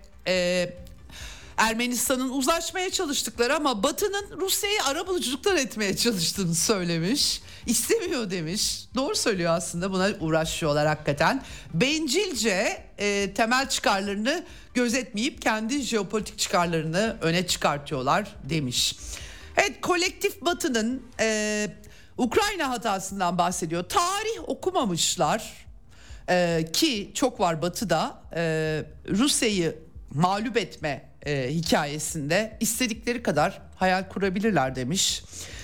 Ermenistan'ın uzlaşmaya çalıştıkları ama Batı'nın Rusya'yı arabuluculuklar etmeye çalıştığını söylemiş. İstemiyor demiş. Doğru söylüyor aslında, buna uğraşıyorlar hakikaten. Bencilce temel çıkarlarını gözetmeyip kendi jeopolitik çıkarlarını öne çıkartıyorlar demiş. Evet, kolektif Batı'nın Ukrayna hatasından bahsediyor. Tarih okumamışlar ki çok var Batı'da, Rusya'yı mağlup etme hikayesinde istedikleri kadar hayal kurabilirler demiş.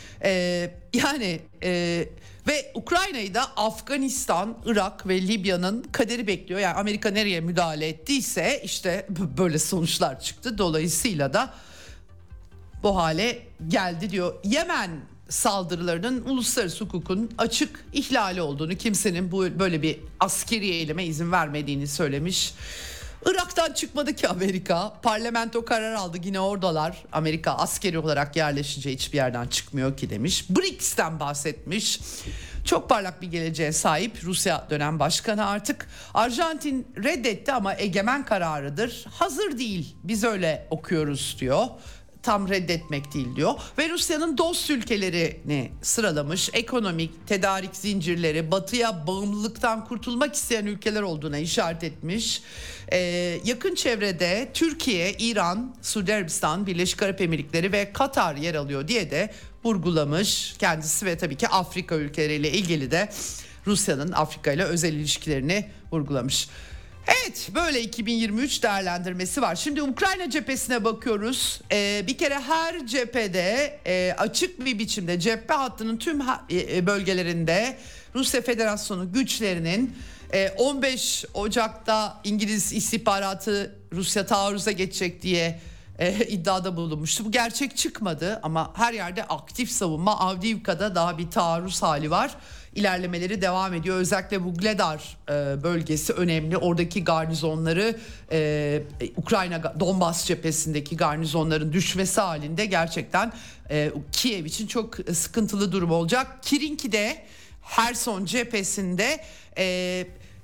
Ve Ukrayna'yı da Afganistan, Irak ve Libya'nın kaderi bekliyor. Yani Amerika nereye müdahale ettiyse işte böyle sonuçlar çıktı. Dolayısıyla da bu hale geldi diyor. Yemen saldırılarının uluslararası hukukun açık ihlali olduğunu, kimsenin böyle bir askeri eyleme izin vermediğini söylemiş. Irak'tan çıkmadı ki Amerika. Parlamento karar aldı, yine oradalar. Amerika askeri olarak yerleşince hiçbir yerden çıkmıyor ki demiş. BRICS'ten bahsetmiş. Çok parlak bir geleceğe sahip Rusya dönem başkanı artık. Arjantin reddetti ama egemen kararıdır. Hazır değil, biz öyle okuyoruz diyor. Tam reddetmek değil diyor. Ve Rusya'nın dost ülkelerini sıralamış. Ekonomik, tedarik zincirleri, batıya bağımlılıktan kurtulmak isteyen ülkeler olduğuna işaret etmiş. Yakın çevrede Türkiye, İran, Suudi Arabistan, Birleşik Arap Emirlikleri ve Katar yer alıyor diye de vurgulamış kendisi. Ve tabii ki Afrika ülkeleriyle ilgili de Rusya'nın Afrika ile özel ilişkilerini vurgulamış. Evet, böyle 2023 değerlendirmesi var. Şimdi Ukrayna cephesine bakıyoruz. Bir kere her cephede açık bir biçimde cephe hattının tüm bölgelerinde Rusya Federasyonu güçlerinin 15 Ocak'ta İngiliz istihbaratı Rusya taarruza geçecek diye iddiada bulunmuştu. Bu gerçek çıkmadı ama her yerde aktif savunma. Avdiivka'da daha bir taarruz hali var. İlerlemeleri devam ediyor. Özellikle Vuhledar bölgesi önemli. Oradaki garnizonları, Ukrayna Donbas cephesindeki garnizonların düşmesi halinde gerçekten Kiev için çok sıkıntılı durum olacak. Kirinki'de, Herson cephesinde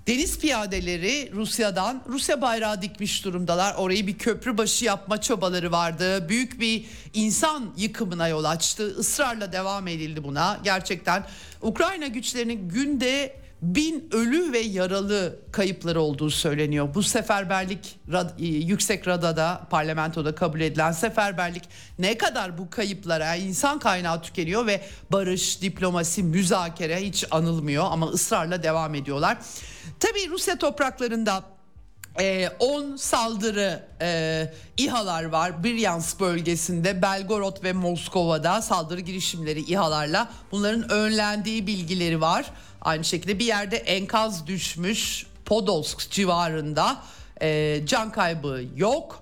Deniz piyadeleri Rusya bayrağı dikmiş durumdalar. Orayı bir köprü başı yapma çabaları vardı. Büyük bir insan yıkımına yol açtı. Israrla devam edildi buna. Gerçekten Ukrayna güçlerinin günde 1000 ölü ve yaralı kayıpları olduğu söyleniyor. Bu seferberlik Yüksek Rada'da, parlamentoda kabul edilen seferberlik ne kadar bu kayıplara insan kaynağı tükeniyor ve barış, diplomasi, müzakere hiç anılmıyor ama ısrarla devam ediyorlar. Tabii Rusya topraklarında 10 saldırı İHA'lar var. Bryansk bölgesinde, Belgorod ve Moskova'da saldırı girişimleri İHA'larla, bunların önlendiği bilgileri var. Aynı şekilde bir yerde enkaz düşmüş Podolsk civarında, can kaybı yok.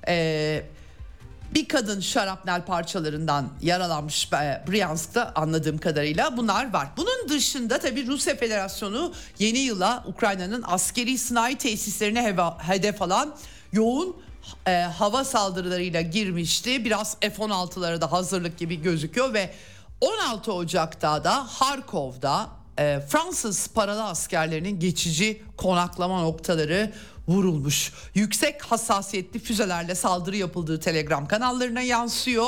Bir kadın şarapnel parçalarından yaralanmış Bryansk'ta anladığım kadarıyla, bunlar var. Bunun dışında tabii Rusya Federasyonu yeni yıla Ukrayna'nın askeri sanayi tesislerine hedef alan yoğun hava saldırılarıyla girmişti. Biraz F-16'lara da hazırlık gibi gözüküyor ve 16 Ocak'ta da Harkov'da Fransız paralı askerlerinin geçici konaklama noktaları vurulmuş. Yüksek hassasiyetli füzelerle saldırı yapıldığı Telegram kanallarına yansıyor.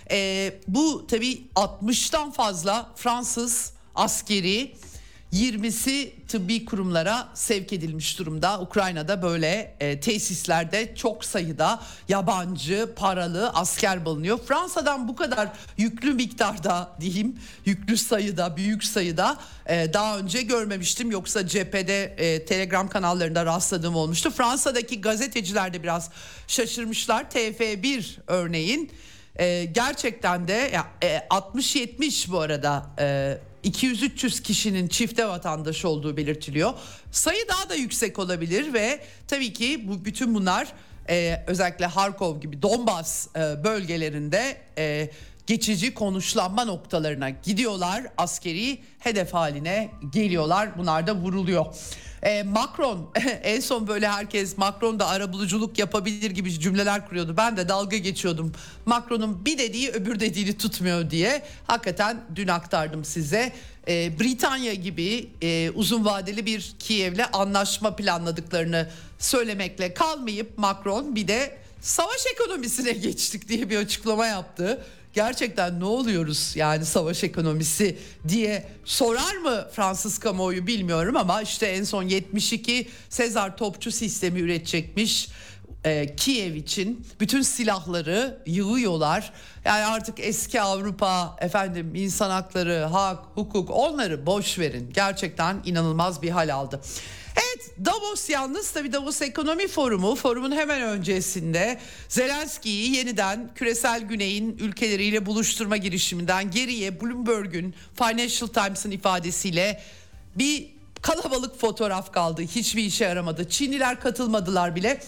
Bu tabii 60'tan fazla Fransız askeri, 20'si tıbbi kurumlara sevk edilmiş durumda. Ukrayna'da böyle tesislerde çok sayıda yabancı paralı asker bulunuyor. Fransa'dan bu kadar yüklü miktarda diyeyim, yüklü sayıda, büyük sayıda daha önce görmemiştim. Yoksa cephede Telegram kanallarında rastladığım olmuştu. Fransa'daki gazeteciler de biraz şaşırmışlar. TF1 örneğin gerçekten de 60-70 bu arada 200-300 kişinin çifte vatandaş olduğu belirtiliyor. Sayı daha da yüksek olabilir ve tabii ki bütün bunlar özellikle Harkov gibi Donbas bölgelerinde geçici konuşlanma noktalarına gidiyorlar. Askeri hedef haline geliyorlar. Bunlar da vuruluyor. Macron en son böyle herkes Macron da arabuluculuk yapabilir gibi cümleler kuruyordu. Ben de dalga geçiyordum. Macron'un bir dediği öbür dediğini tutmuyor diye. Hakikaten dün aktardım size. Britanya gibi uzun vadeli bir Kiev'le anlaşma planladıklarını söylemekle kalmayıp Macron bir de savaş ekonomisine geçtik diye bir açıklama yaptı. Gerçekten ne oluyoruz yani savaş ekonomisi diye sorar mı Fransız kamuoyu bilmiyorum ama işte en son 72 Sezar topçu sistemi üretecekmiş Kiev için. Bütün silahları yığıyorlar. Yani artık eski Avrupa, insan hakları, hak, hukuk, onları boş verin. Gerçekten inanılmaz bir hal aldı. Evet, Davos yalnız tabii Davos Ekonomi Forumu, forumun hemen öncesinde Zelenski'yi yeniden küresel güneyin ülkeleriyle buluşturma girişiminden geriye Bloomberg'un, Financial Times'ın ifadesiyle bir kalabalık fotoğraf kaldı. Hiçbir işe yaramadı. Çinliler katılmadılar bile.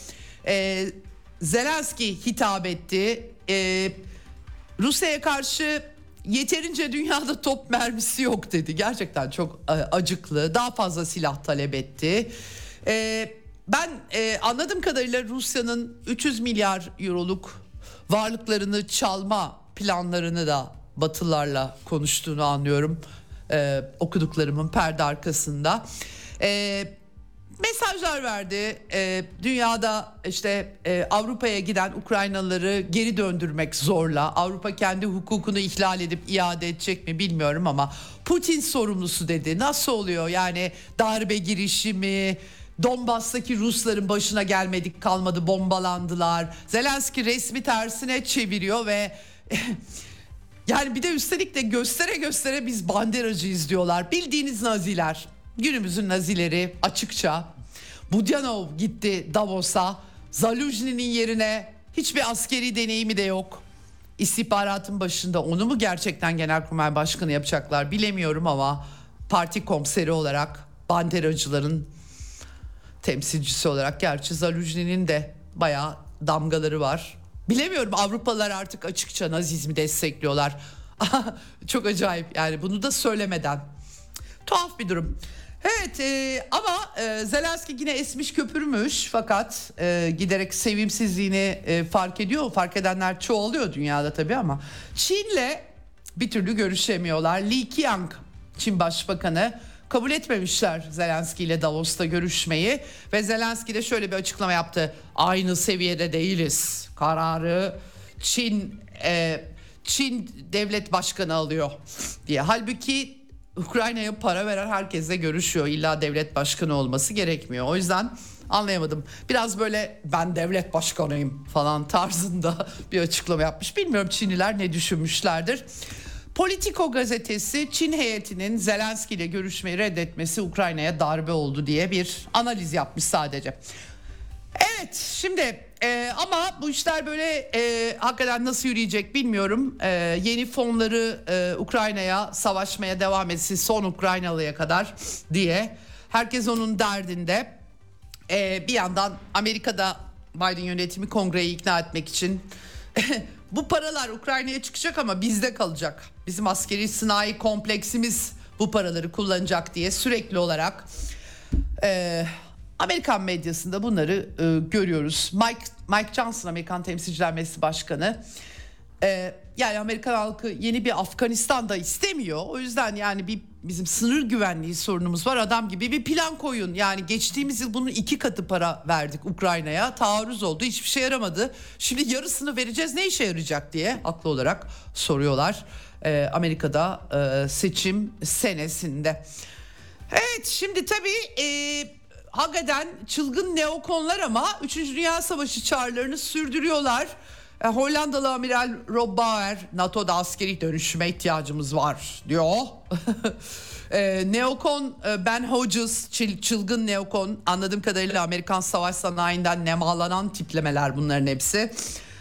Zelenski hitap etti. Rusya'ya karşı yeterince dünyada top mermisi yok dedi. Gerçekten çok acıklı. Daha fazla silah talep etti. Ben anladığım kadarıyla Rusya'nın 300 milyar euroluk varlıklarını çalma planlarını da Batılılarla konuştuğunu anlıyorum. Okuduklarımın perde arkasında. Mesajlar verdi. Dünyada işte Avrupa'ya giden Ukraynalıları geri döndürmek zorla. Avrupa kendi hukukunu ihlal edip iade edecek mi bilmiyorum ama Putin sorumlusu dedi. Nasıl oluyor yani darbe girişimi, Donbas'taki Rusların başına gelmedik kalmadı, bombalandılar. Zelenski resmi tersine çeviriyor ve yani bir de üstelik de göstere göstere biz banderacıyız diyorlar. Bildiğiniz Naziler. Günümüzün Nazileri açıkça. Budyanov gitti Davos'a. Zaluzhnyi'nin yerine hiçbir askeri deneyimi de yok. İstihbaratın başında onu mu gerçekten Genelkurmay Başkanı yapacaklar bilemiyorum ama parti komiseri olarak banderacıların temsilcisi olarak, gerçi Zaluzhnyi'nin de bayağı damgaları var. Bilemiyorum, Avrupalılar artık açıkça Nazizmi destekliyorlar. Çok acayip yani, bunu da söylemeden. Tuhaf bir durum. Evet ama Zelenski yine esmiş köpürmüş fakat giderek sevimsizliğini fark ediyor. Fark edenler çoğalıyor dünyada tabii ama Çin'le bir türlü görüşemiyorlar. Li Qiang, Çin Başbakanı, kabul etmemişler Zelenski ile Davos'ta görüşmeyi ve Zelenski de şöyle bir açıklama yaptı. Aynı seviyede değiliz. Kararı Çin devlet başkanı alıyor diye. Halbuki Ukrayna'ya para veren herkesle görüşüyor. İlla devlet başkanı olması gerekmiyor. O yüzden anlayamadım. Biraz böyle ben devlet başkanıyım falan tarzında bir açıklama yapmış. Bilmiyorum Çinliler ne düşünmüşlerdir. Politico gazetesi Çin heyetinin Zelenski ile görüşmeyi reddetmesi Ukrayna'ya darbe oldu diye bir analiz yapmış sadece. Evet şimdi ama bu işler böyle hakikaten nasıl yürüyecek bilmiyorum. Yeni fonları Ukrayna'ya savaşmaya devam etsin son Ukraynalıya kadar diye. Herkes onun derdinde. Bir yandan Amerika'da Biden yönetimi kongreyi ikna etmek için bu paralar Ukrayna'ya çıkacak ama bizde kalacak. Bizim askeri sanayi kompleksimiz bu paraları kullanacak diye sürekli olarak Amerikan medyasında bunları görüyoruz. Mike Johnson, Amerikan Temsilciler Meclisi Başkanı, yani Amerikan halkı yeni bir Afganistan'da istemiyor. O yüzden yani bizim sınır güvenliği sorunumuz var. Adam gibi bir plan koyun. Yani geçtiğimiz yıl bunun 2 katı para verdik Ukrayna'ya. Taarruz oldu, hiçbir şey yaramadı. Şimdi yarısını vereceğiz, ne işe yarayacak diye haklı olarak soruyorlar. Amerika'da seçim senesinde. Evet şimdi tabii hakikaten çılgın neokonlar ama 3. Dünya Savaşı çağrılarını sürdürüyorlar. Hollandalı Amiral Rob Bauer NATO'da askeri dönüşüme ihtiyacımız var diyor. Neokon Ben Hodges çılgın neokon, anladığım kadarıyla Amerikan savaş sanayinden nemalanan tiplemeler bunların hepsi.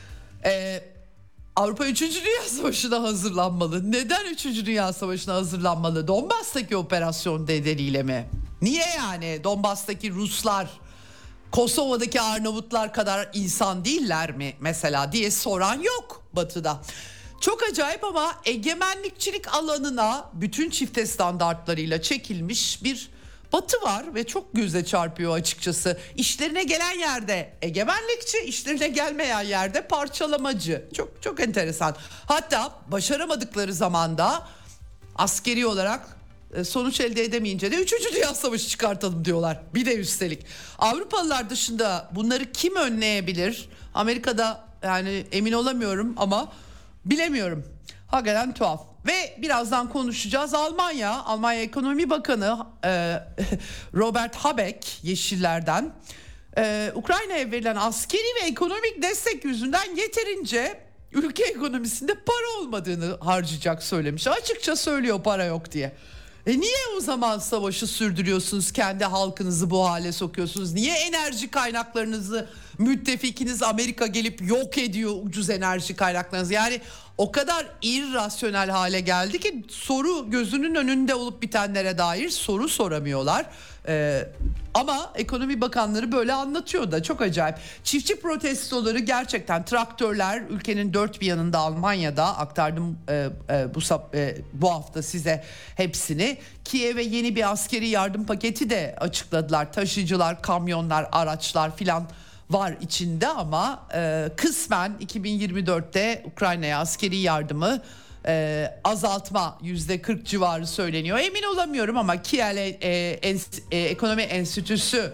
Avrupa 3. Dünya Savaşı'na hazırlanmalı. Neden 3. Dünya Savaşı'na hazırlanmalı? Donbas'taki operasyon nedeniyle mi? Niye yani? Donbas'taki Ruslar Kosova'daki Arnavutlar kadar insan değiller mi mesela diye soran yok Batı'da. Çok acayip ama egemenlikçilik alanına bütün çifte standartlarıyla çekilmiş bir Batı var ve çok göze çarpıyor açıkçası. İşlerine gelen yerde egemenlikçi, işlerine gelmeyen yerde parçalamacı. Çok çok enteresan. Hatta başaramadıkları zamanda askeri olarak sonuç elde edemeyince de 3. Dünya Savaşı çıkartalım diyorlar. Bir de üstelik. Avrupalılar dışında bunları kim önleyebilir? Amerika'da yani emin olamıyorum ama bilemiyorum. Hakikaten tuhaf. Ve birazdan konuşacağız. Almanya Ekonomi Bakanı Robert Habeck Yeşiller'den Ukrayna'ya verilen askeri ve ekonomik destek yüzünden yeterince ülke ekonomisinde para olmadığını harcayacak söylemiş. Açıkça söylüyor para yok diye. Niye o zaman savaşı sürdürüyorsunuz, kendi halkınızı bu hale sokuyorsunuz? Niye enerji kaynaklarınızı müttefikiniz Amerika gelip yok ediyor, ucuz enerji kaynaklarınızı? Yani o kadar irrasyonel hale geldi ki soru gözünün önünde olup bitenlere dair soru soramıyorlar. Ama ekonomi bakanları böyle anlatıyor da çok acayip. Çiftçi protestoları gerçekten, traktörler ülkenin dört bir yanında, Almanya'da aktardım bu hafta size hepsini. Kiev'e yeni bir askeri yardım paketi de açıkladılar. Taşıyıcılar, kamyonlar, araçlar filan var içinde ama kısmen 2024'te Ukrayna'ya askeri yardımı azaltma %40 civarı söyleniyor. Emin olamıyorum ama Kiel Ekonomi Enstitüsü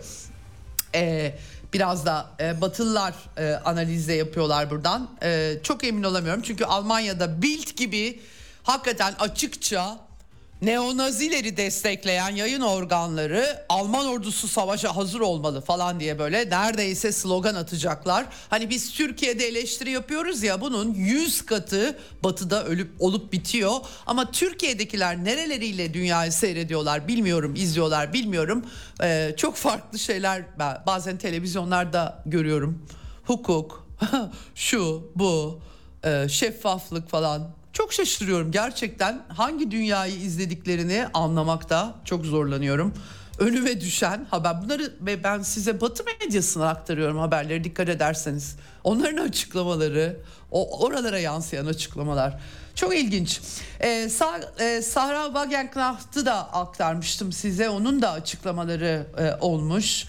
biraz da Batılılar analizde yapıyorlar buradan. Çok emin olamıyorum çünkü Almanya'da Bild gibi hakikaten açıkça neonazileri destekleyen yayın organları Alman ordusu savaşa hazır olmalı falan diye böyle neredeyse slogan atacaklar. Hani biz Türkiye'de eleştiri yapıyoruz ya, bunun 100 katı Batı'da olup bitiyor. Ama Türkiye'dekiler nereleriyle dünyayı seyrediyorlar bilmiyorum, izliyorlar bilmiyorum. Çok farklı şeyler ben bazen televizyonlarda görüyorum. Hukuk, şu bu, şeffaflık falan. Çok şaşırıyorum gerçekten, hangi dünyayı izlediklerini anlamakta çok zorlanıyorum. Önüme düşen haber bunları ve ben size Batı medyasına aktarıyorum haberleri, dikkat ederseniz. Onların açıklamaları, oralara yansıyan açıklamalar çok ilginç. Sahra Wagenknecht'ı da aktarmıştım size, onun da açıklamaları olmuş.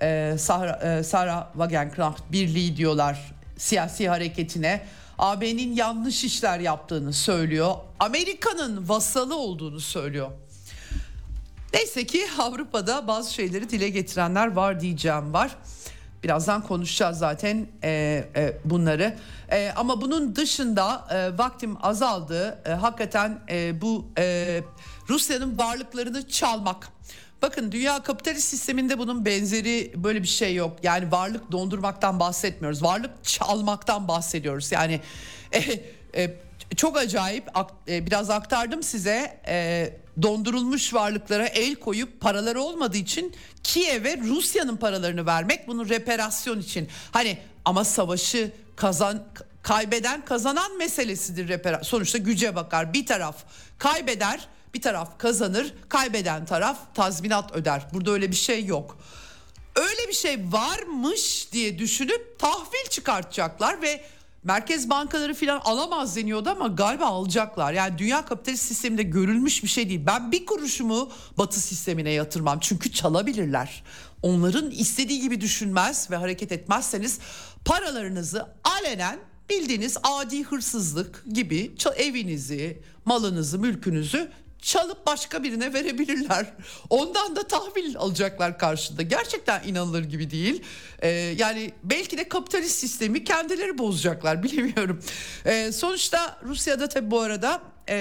Sahra Wagenknecht Birliği diyorlar siyasi hareketine. AB'nin yanlış işler yaptığını söylüyor. Amerika'nın vasalı olduğunu söylüyor. Neyse ki Avrupa'da bazı şeyleri dile getirenler var diyeceğim var. Birazdan konuşacağız zaten bunları. Ama bunun dışında vaktim azaldı. Hakikaten bu Rusya'nın varlıklarını çalmak. Bakın dünya kapitalist sisteminde bunun benzeri böyle bir şey yok. Yani varlık dondurmaktan bahsetmiyoruz. Varlık çalmaktan bahsediyoruz. Yani çok acayip biraz aktardım size. Dondurulmuş varlıklara el koyup paraları olmadığı için Kiev'e Rusya'nın paralarını vermek, bunun reparasyon için. Hani ama savaşı kaybeden kazanan meselesidir. Sonuçta güce bakar. Bir taraf kaybeder, bir taraf kazanır. Kaybeden taraf tazminat öder. Burada öyle bir şey yok. Öyle bir şey varmış diye düşünüp tahvil çıkartacaklar ve merkez bankaları falan alamaz deniyordu ama galiba alacaklar. Yani dünya kapitalist sisteminde görülmüş bir şey değil. Ben bir kuruşumu Batı sistemine yatırmam çünkü çalabilirler. Onların istediği gibi düşünmez ve hareket etmezseniz paralarınızı alenen bildiğiniz adi hırsızlık gibi evinizi, malınızı, mülkünüzü çalıp başka birine verebilirler. Ondan da tahvil alacaklar karşında. Gerçekten inanılır gibi değil. Yani belki de kapitalist sistemi kendileri bozacaklar, bilemiyorum. Sonuçta Rusya'da tabii bu arada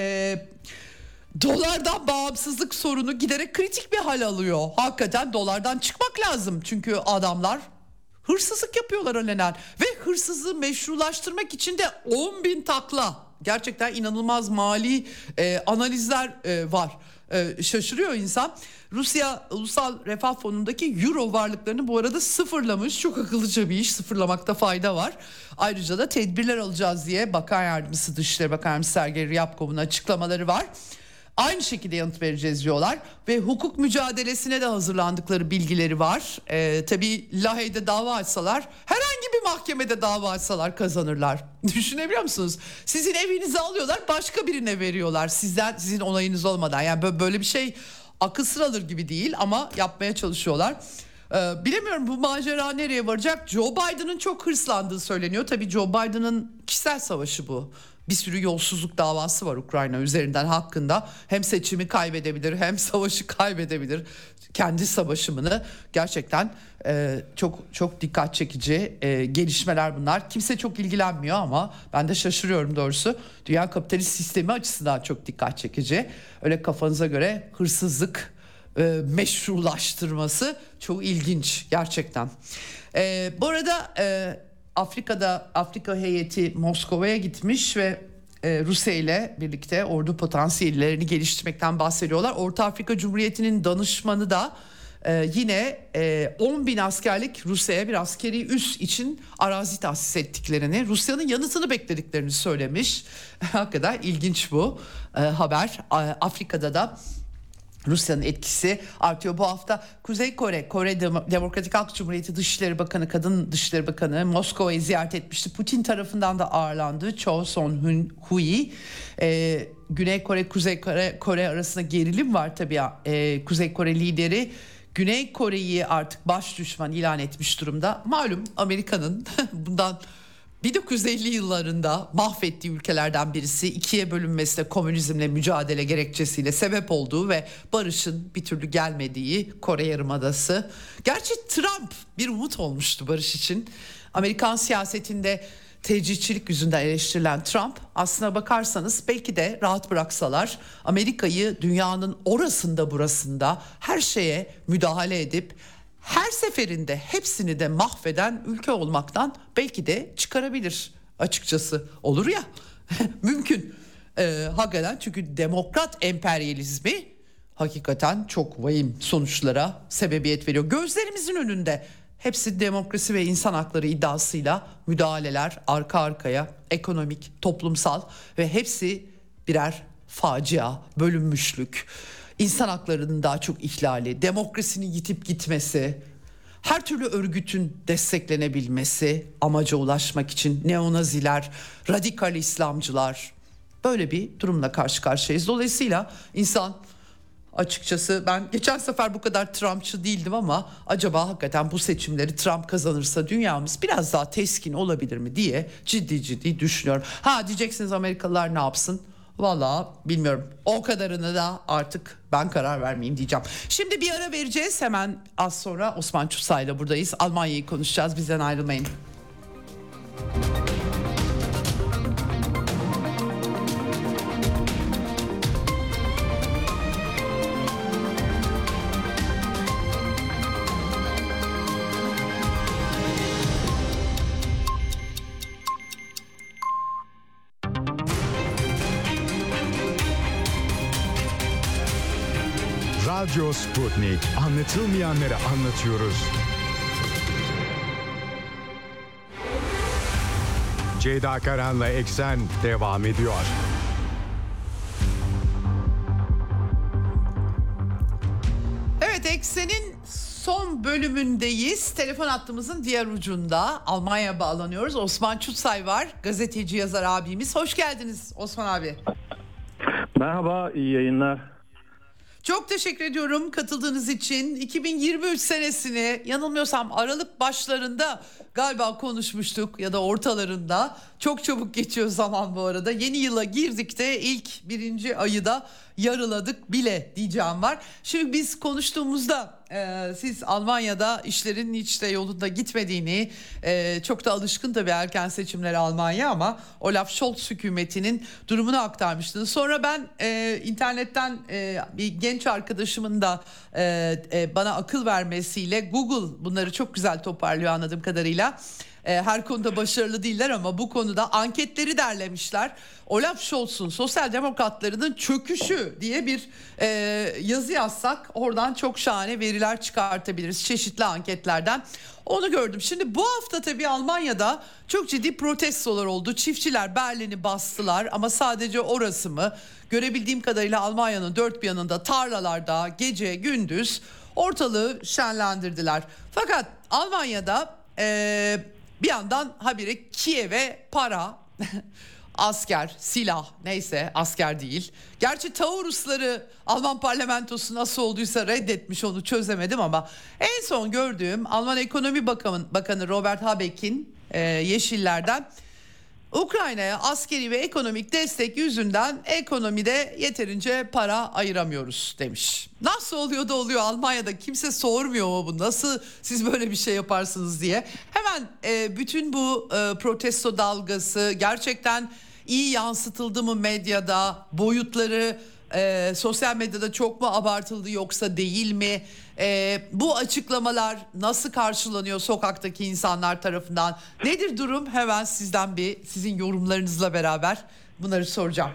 dolardan bağımsızlık sorunu giderek kritik bir hal alıyor. Hakikaten dolardan çıkmak lazım. Çünkü adamlar hırsızlık yapıyorlar alenen. Ve hırsızlığı meşrulaştırmak için de 10.000 takla. Gerçekten inanılmaz mali analizler var. Şaşırıyor insan. Rusya Ulusal Refah Fonu'ndaki euro varlıklarını bu arada sıfırlamış. Çok akıllıca bir iş, sıfırlamakta fayda var. Ayrıca da tedbirler alacağız diye Bakan Yardımcısı Dışişleri Bakan Yardımcısı Sergey Ryabkov'un açıklamaları var. Aynı şekilde yanıt vereceğiz diyorlar ve hukuk mücadelesine de hazırlandıkları bilgileri var. Tabii Lahey'de dava açsalar, herhangi bir mahkemede dava açsalar kazanırlar. Düşünebiliyor musunuz? Sizin evinizi alıyorlar, başka birine veriyorlar sizin onayınız olmadan. Yani böyle bir şey akıl sır alır gibi değil ama yapmaya çalışıyorlar. Bilemiyorum bu macera nereye varacak? Joe Biden'ın çok hırslandığı söyleniyor. Tabii Joe Biden'ın kişisel savaşı bu. Bir sürü yolsuzluk davası var Ukrayna üzerinden hakkında. Hem seçimi kaybedebilir hem savaşı kaybedebilir. Kendi savaşımını gerçekten çok çok dikkat çekici gelişmeler bunlar. Kimse çok ilgilenmiyor ama ben de şaşırıyorum doğrusu. Dünya kapitalist sistemi açısından çok dikkat çekici. Öyle kafanıza göre hırsızlık meşrulaştırması çok ilginç gerçekten. Bu arada Afrika heyeti Moskova'ya gitmiş ve Rusya ile birlikte ordu potansiyellerini geliştirmekten bahsediyorlar. Orta Afrika Cumhuriyeti'nin danışmanı da yine 10.000 askerlik Rusya'ya bir askeri üs için arazi tahsis ettiklerini, Rusya'nın yanıtını beklediklerini söylemiş. Hakikaten ilginç bu haber. Afrika'da da Rusya'nın etkisi artıyor. Bu hafta Kuzey Kore Demokratik Halk Cumhuriyeti Dışişleri Bakanı, Kadın Dışişleri Bakanı Moskova'yı ziyaret etmişti. Putin tarafından da ağırlandı. Cho Son-hui. Güney Kore, Kuzey Kore arasında gerilim var tabii. Kuzey Kore lideri Güney Kore'yi artık baş düşman ilan etmiş durumda. Malum Amerika'nın bundan 1950 yıllarında mahvettiği ülkelerden birisi, ikiye bölünmesine komünizmle mücadele gerekçesiyle sebep olduğu ve barışın bir türlü gelmediği Kore Yarımadası. Gerçi Trump bir umut olmuştu barış için. Amerikan siyasetinde tecihçilik yüzünden eleştirilen Trump, aslına bakarsanız belki de rahat bıraksalar Amerika'yı dünyanın orasında burasında her şeye müdahale edip her seferinde hepsini de mahveden ülke olmaktan belki de çıkarabilir açıkçası. Olur ya mümkün. Hakikaten çünkü demokrat emperyalizmi hakikaten çok vahim sonuçlara sebebiyet veriyor. Gözlerimizin önünde hepsi demokrasi ve insan hakları iddiasıyla müdahaleler arka arkaya, ekonomik, toplumsal ve hepsi birer facia, bölünmüşlük. İnsan haklarının daha çok ihlali, demokrasinin yitip gitmesi, her türlü örgütün desteklenebilmesi, amaca ulaşmak için neonaziler, radikal İslamcılar, böyle bir durumla karşı karşıyayız. Dolayısıyla insan açıkçası, ben geçen sefer bu kadar Trumpçı değildim ama acaba hakikaten bu seçimleri Trump kazanırsa dünyamız biraz daha teskin olabilir mi diye ciddi düşünüyorum. Diyeceksiniz Amerikalılar ne yapsın? Valla bilmiyorum. O kadarını da artık ben karar vermeyeyim diyeceğim. Şimdi bir ara vereceğiz. Hemen az sonra Osman Çutsay'la buradayız. Almanya'yı konuşacağız. Bizden ayrılmayın. Radyo Sputnik. Anlatılmayanları anlatıyoruz. Ceyda Karan'la Eksen devam ediyor. Evet, Eksen'in son bölümündeyiz. Telefon hattımızın diğer ucunda Almanya'ya bağlanıyoruz. Osman Çutsay var. Gazeteci, yazar abimiz. Hoş geldiniz Osman abi. Merhaba, iyi yayınlar. Çok teşekkür ediyorum katıldığınız için. 2023 senesini yanılmıyorsam Aralık başlarında galiba konuşmuştuk ya da ortalarında. Çok çabuk geçiyor zaman bu arada. Yeni yıla girdik de ilk birinci ayı da yarıladık bile diyeceğim var. Şimdi biz konuştuğumuzda siz Almanya'da işlerin hiç de yolunda gitmediğini, çok da alışkın tabii erken seçimlere Almanya, ama Olaf Scholz hükümetinin durumunu aktarmıştınız. Sonra ben internetten bir genç arkadaşımın da bana akıl vermesiyle, Google bunları çok güzel toparlıyor anladığım kadarıyla. Her konuda başarılı değiller ama bu konuda anketleri derlemişler. Olaf Scholz'un sosyal demokratlarının çöküşü diye bir yazı yazsak oradan çok şahane veriler çıkartabiliriz çeşitli anketlerden. Onu gördüm. Şimdi bu hafta tabii Almanya'da çok ciddi protestolar oldu. Çiftçiler Berlin'i bastılar ama sadece orası mı? Görebildiğim kadarıyla Almanya'nın dört bir yanında tarlalarda gece gündüz ortalığı şenlendirdiler. Fakat Almanya'da bir yandan habire Kiev'e para, asker, silah, neyse asker değil. Gerçi Taurusları Alman parlamentosu nasıl olduysa reddetmiş, onu çözemedim ama en son gördüğüm Alman Ekonomi Bakanı Robert Habeck'in Yeşiller'den Ukrayna'ya askeri ve ekonomik destek yüzünden ekonomide yeterince para ayıramıyoruz demiş. Nasıl oluyor da oluyor Almanya'da, kimse sormuyor mu bu, nasıl siz böyle bir şey yaparsınız diye. Hemen bütün bu protesto dalgası gerçekten iyi yansıtıldı mı medyada, boyutları sosyal medyada çok mu abartıldı yoksa değil mi? Bu açıklamalar nasıl karşılanıyor sokaktaki insanlar tarafından? Nedir durum? Hemen sizin yorumlarınızla beraber bunları soracağım.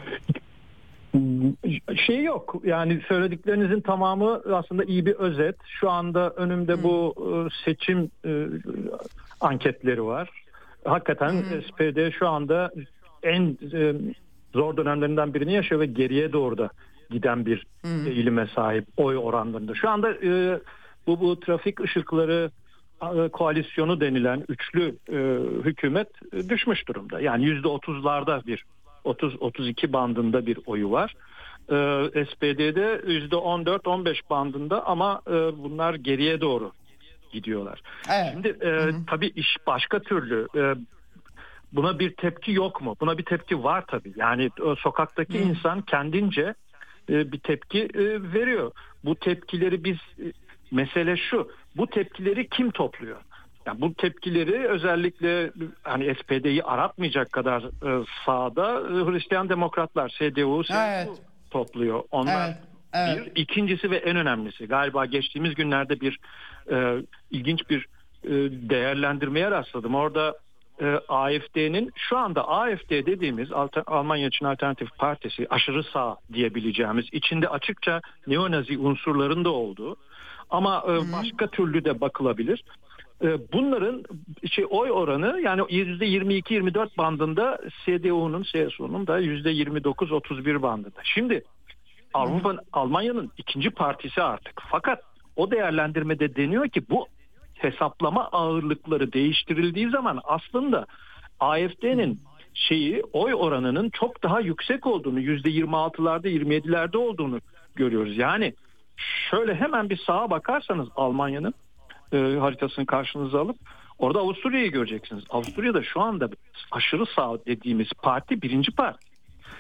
Şey yok, yani söylediklerinizin tamamı aslında iyi bir özet. Şu anda önümde bu seçim anketleri var. Hakikaten SPD şu anda en zor dönemlerinden birini yaşıyor ve geriye doğru da giden bir eğilime sahip oy oranlarında. Şu anda bu trafik ışıkları koalisyonu denilen üçlü hükümet düşmüş durumda. Yani %30'larda bir 30-32 bandında bir oyu var. SPD'de %14-15 bandında ama bunlar geriye doğru gidiyorlar. Evet. Şimdi tabii iş başka türlü. Buna bir tepki yok mu? Buna bir tepki var tabii. Yani sokaktaki insan kendince bir tepki veriyor. Bu tepkileri mesele şu. Bu tepkileri kim topluyor? Yani bu tepkileri özellikle hani SPD'yi aratmayacak kadar sağda Hristiyan Demokratlar, CDU topluyor. Onlar bir. İkincisi ve en önemlisi, galiba geçtiğimiz günlerde bir ilginç bir değerlendirmeye rastladım. Orada AfD'nin, şu anda AfD dediğimiz Almanya için Alternatif Partisi, aşırı sağ diyebileceğimiz, içinde açıkça neonazi unsurların da olduğu ama başka türlü de bakılabilir. Bunların oy oranı yani %22-24 bandında, CSU'nun da %29-31 bandında. Şimdi Almanya'nın ikinci partisi artık. Fakat o değerlendirmede deniyor ki bu hesaplama ağırlıkları değiştirildiği zaman aslında AfD'nin oy oranının çok daha yüksek olduğunu, %26'larda 27'lerde olduğunu görüyoruz. Yani şöyle hemen bir sağa bakarsanız Almanya'nın haritasını karşınıza alıp orada Avusturya'yı göreceksiniz. Avusturya'da şu anda aşırı sağ dediğimiz parti birinci parti.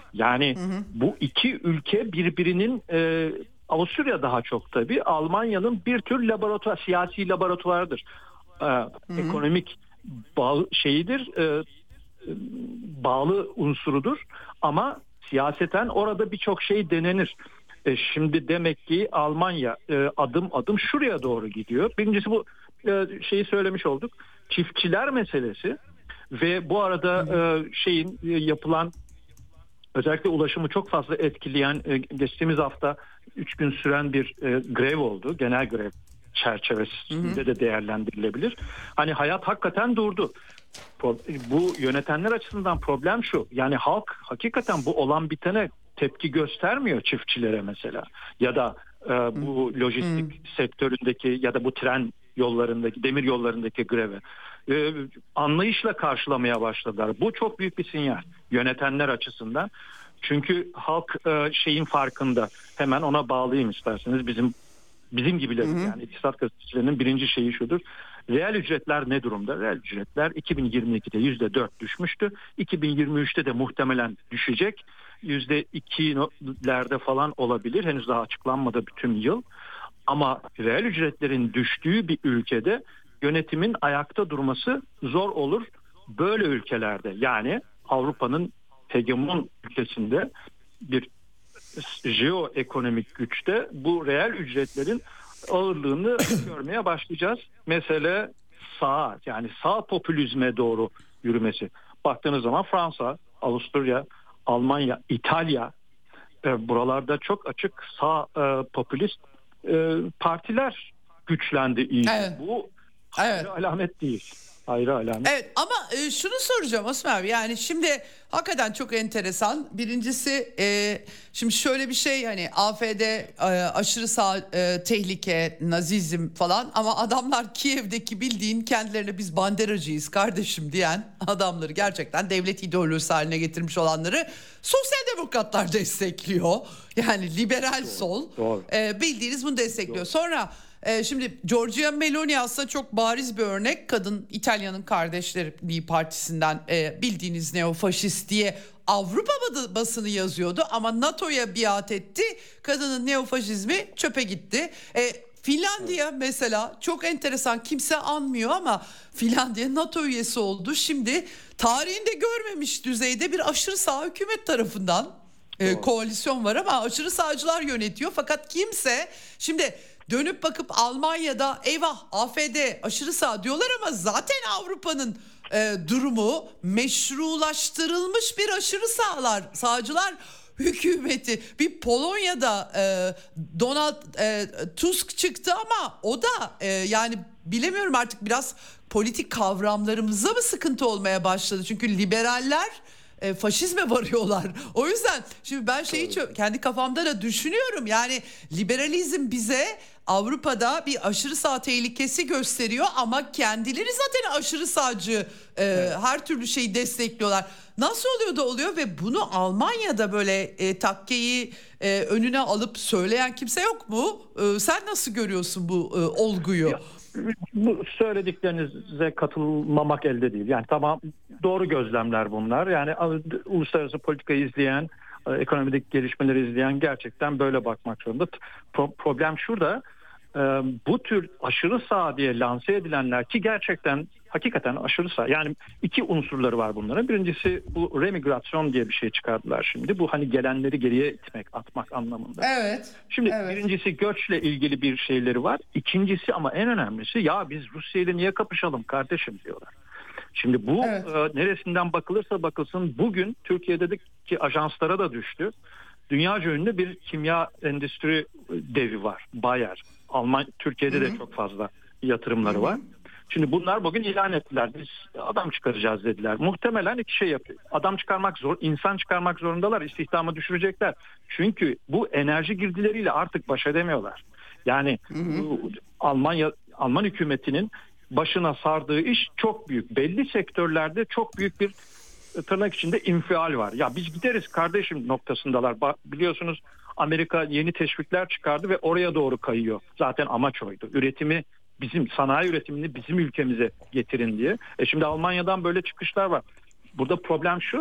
Yani bu iki ülke birbirinin Avusturya daha çok tabii Almanya'nın bir tür laboratuvar, siyasi laboratuvardır. Ekonomik bağlı unsurudur ama siyaseten orada birçok şey denenir. Şimdi demek ki Almanya adım adım şuraya doğru gidiyor. Birincisi bu şeyi söylemiş olduk. Çiftçiler meselesi ve bu arada yapılan özellikle ulaşımı çok fazla etkileyen geçtiğimiz hafta 3 gün süren bir grev oldu. Genel grev çerçevesinde de değerlendirilebilir. Hani hayat hakikaten durdu. Bu yönetenler açısından problem şu. Yani halk hakikaten bu olan bitene tepki göstermiyor çiftçilere mesela. Ya da bu lojistik sektöründeki ya da bu tren yollarındaki, demir yollarındaki greve. Anlayışla karşılamaya başladılar. Bu çok büyük bir sinyal yönetenler açısından. Çünkü halk şeyin farkında. Hemen ona bağlayayım isterseniz. Bizim gibilerin yani iktisat gazetecilerinin birinci şeyi şudur. Reel ücretler ne durumda? Reel ücretler 2022'de %4 düşmüştü. 2023'te de muhtemelen düşecek. %2'lerde falan olabilir. Henüz daha açıklanmadı bütün yıl. Ama reel ücretlerin düştüğü bir ülkede yönetimin ayakta durması zor olur. Böyle ülkelerde yani Avrupa'nın hegemon ülkesinde bir jeoekonomik güçte bu reel ücretlerin ağırlığını görmeye başlayacağız. Mesele sağ popülizme doğru yürümesi. Baktığınız zaman Fransa, Avusturya, Almanya, İtalya buralarda çok açık sağ popülist partiler güçlendi iyice. Evet. Bu hayra alamet değil. Hayra alamet. Evet ama şunu soracağım Osman abi, yani şimdi hakikaten çok enteresan. Birincisi şimdi şöyle bir şey, hani AfD aşırı sağ tehlike, nazizm falan, ama adamlar Kiev'deki bildiğin kendilerine biz banderacıyız kardeşim diyen adamları, gerçekten devlet ideolojisi haline getirmiş olanları sosyal demokratlar destekliyor. Yani liberal sol bildiğiniz bunu destekliyor. Sonra şimdi Giorgia Meloni aslında çok bariz bir örnek. Kadın İtalya'nın Kardeşleri Partisi'nden bildiğiniz neofaşist diye Avrupa basını yazıyordu. Ama NATO'ya biat etti. Kadının neofaşizmi çöpe gitti. Finlandiya mesela çok enteresan, kimse anmıyor ama Finlandiya NATO üyesi oldu. Şimdi tarihinde görmemiş düzeyde bir aşırı sağ hükümet tarafından koalisyon var ama aşırı sağcılar yönetiyor. Fakat kimse şimdi dönüp bakıp Almanya'da eyvah AfD aşırı sağ diyorlar ama zaten Avrupa'nın durumu meşrulaştırılmış bir aşırı sağcılar hükümeti. Bir Polonya'da Donald Tusk çıktı ama o da yani bilemiyorum artık biraz politik kavramlarımızda mı sıkıntı olmaya başladı? Çünkü liberaller faşizme varıyorlar. O yüzden şimdi ben şeyi kendi kafamda da düşünüyorum. Yani liberalizm bize Avrupa'da bir aşırı sağ tehlikesi gösteriyor ama kendileri zaten aşırı sağcı, her türlü şeyi destekliyorlar. Nasıl oluyor da oluyor ve bunu Almanya'da böyle takkeyi önüne alıp söyleyen kimse yok mu? Sen nasıl görüyorsun bu olguyu? Bu söylediklerinize katılmamak elde değil. Yani tamam, doğru gözlemler bunlar. Yani uluslararası politikayı izleyen, ekonomideki gelişmeleri izleyen gerçekten böyle bakmak zorunda. Problem şurada. Bu tür aşırı sağ diye lanse edilenler ki hakikaten aşırı sağ. Yani iki unsurları var bunların. Birincisi bu remigrasyon diye bir şey çıkardılar şimdi. Bu hani gelenleri geriye atmak anlamında. Evet. Şimdi birincisi göçle ilgili bir şeyleri var. İkincisi ama en önemlisi ya biz Rusya ile niye kapışalım kardeşim diyorlar. Şimdi bu neresinden bakılırsa bakılsın bugün Türkiye'deki ajanslara da düştü. Dünyaca ünlü bir kimya endüstri devi var. Bayer. Türkiye'de de çok fazla yatırımları var. Şimdi bunlar bugün ilan ettiler. Biz adam çıkaracağız dediler. Muhtemelen iki şey yapıyor. Adam çıkarmak zor, insan çıkarmak zorundalar. İstihdamı düşürecekler. Çünkü bu enerji girdileriyle artık baş edemiyorlar. Yani bu Alman hükümetinin başına sardığı iş çok büyük. Belli sektörlerde çok büyük bir tırnak içinde infial var. Ya biz gideriz kardeşim noktasındalar. Biliyorsunuz Amerika yeni teşvikler çıkardı ve oraya doğru kayıyor. Zaten amaç oydu. Sanayi üretimini bizim ülkemize getirin diye. Şimdi Almanya'dan böyle çıkışlar var. Burada problem şu.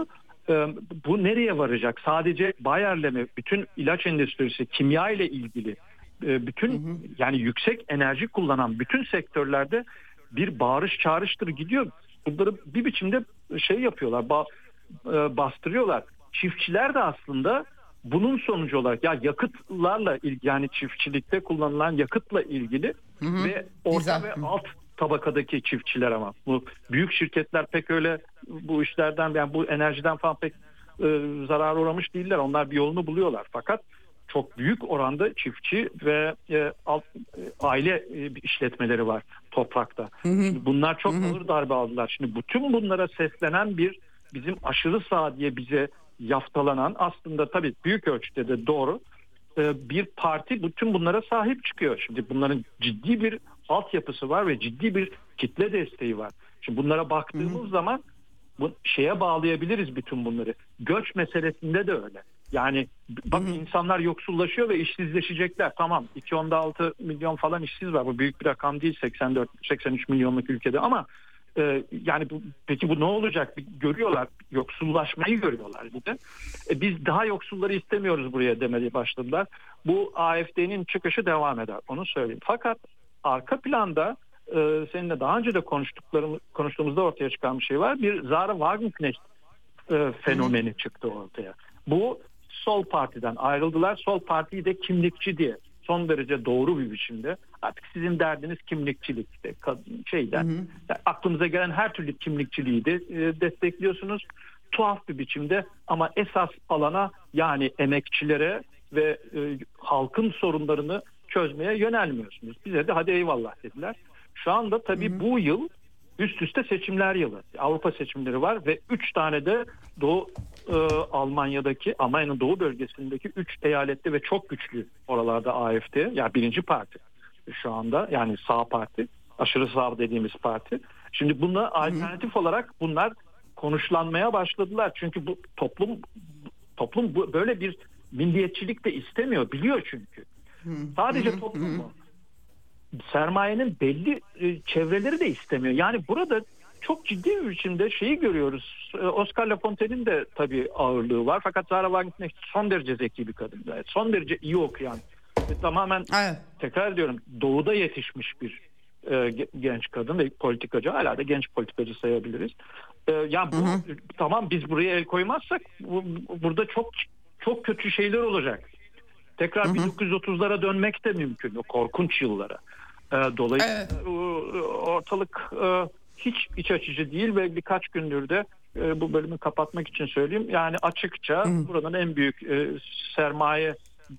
bu nereye varacak? Sadece Bayer'le mi? Bütün ilaç endüstrisi, kimya ile ilgili bütün yani yüksek enerji kullanan bütün sektörlerde bir bağırış çağrıştır gidiyor. Bunları bir biçimde yapıyorlar, bastırıyorlar. Çiftçiler de aslında bunun sonucu olarak ya yakıtlarla ilgili, yani çiftçilikte kullanılan yakıtla ilgili ve orta ve alt tabakadaki çiftçiler, ama bu büyük şirketler pek öyle bu işlerden, yani bu enerjiden falan pek zarara uğramış değiller. Onlar bir yolunu buluyorlar. Fakat çok büyük oranda çiftçi ve aile işletmeleri var toprakta. Bunlar çok ağır darbe aldılar. Şimdi bütün bunlara seslenen bizim aşırı sağ diye bize yaftalanan, aslında tabii büyük ölçüde de doğru bir parti bütün bunlara sahip çıkıyor. Şimdi bunların ciddi bir altyapısı var ve ciddi bir kitle desteği var. Şimdi bunlara baktığımız zaman bu şeye bağlayabiliriz bütün bunları. Göç meselesinde de öyle. Yani bak, insanlar yoksullaşıyor ve işsizleşecekler. Tamam, 2.6 milyon falan işsiz var. Bu büyük bir rakam değil 84-83 milyonluk ülkede, ama yani peki bu ne olacak? Görüyorlar, yoksullaşmayı görüyorlar bir de. Biz daha yoksulları istemiyoruz buraya demeye başladılar. Bu AfD'nin çıkışı devam eder, onu söyleyeyim. Fakat arka planda seninle daha önce de konuştuğumuzda ortaya çıkan bir şey var. Bir Zara Wagenknecht fenomeni çıktı ortaya. Bu Sol Parti'den ayrıldılar. Sol Parti'yi de kimlikçi diye, son derece doğru bir biçimde, artık sizin derdiniz kimlikçilikte, yani aklınıza gelen her türlü kimlikçiliği de destekliyorsunuz. Tuhaf bir biçimde, ama esas alana, yani emekçilere ve halkın sorunlarını çözmeye yönelmiyorsunuz. Bize de hadi eyvallah dediler. Şu anda tabii bu yıl üst üste seçimler yılı. Avrupa seçimleri var ve 3 tane de Almanya'nın doğu bölgesindeki 3 eyalette ve çok güçlü oralarda AfD, yani birinci parti şu anda, yani sağ parti, aşırı sağ dediğimiz parti. Şimdi buna alternatif olarak bunlar konuşlanmaya başladılar. Çünkü bu toplum böyle bir milliyetçilik de istemiyor, biliyor çünkü. Sadece toplum mu? Sermayenin belli çevreleri de istemiyor. Yani burada çok ciddi bir biçimde şeyi görüyoruz. Oscar Lafontaine'in de tabii ağırlığı var. Fakat Zara Wagenknecht son derece zeki bir kadın. Yani son derece iyi okuyan. Tamamen tekrar ediyorum, doğuda yetişmiş bir genç kadın ve politikacı. Hala da genç politikacı sayabiliriz. Yani tamam, biz buraya el koymazsak burada çok çok kötü şeyler olacak. Tekrar 1930'lara dönmek de mümkün. O korkunç yıllara. Dolayısıyla ortalık hiç iç açıcı değil ve birkaç gündür de bu bölümü kapatmak için söyleyeyim. Yani açıkça buranın en büyük sermaye,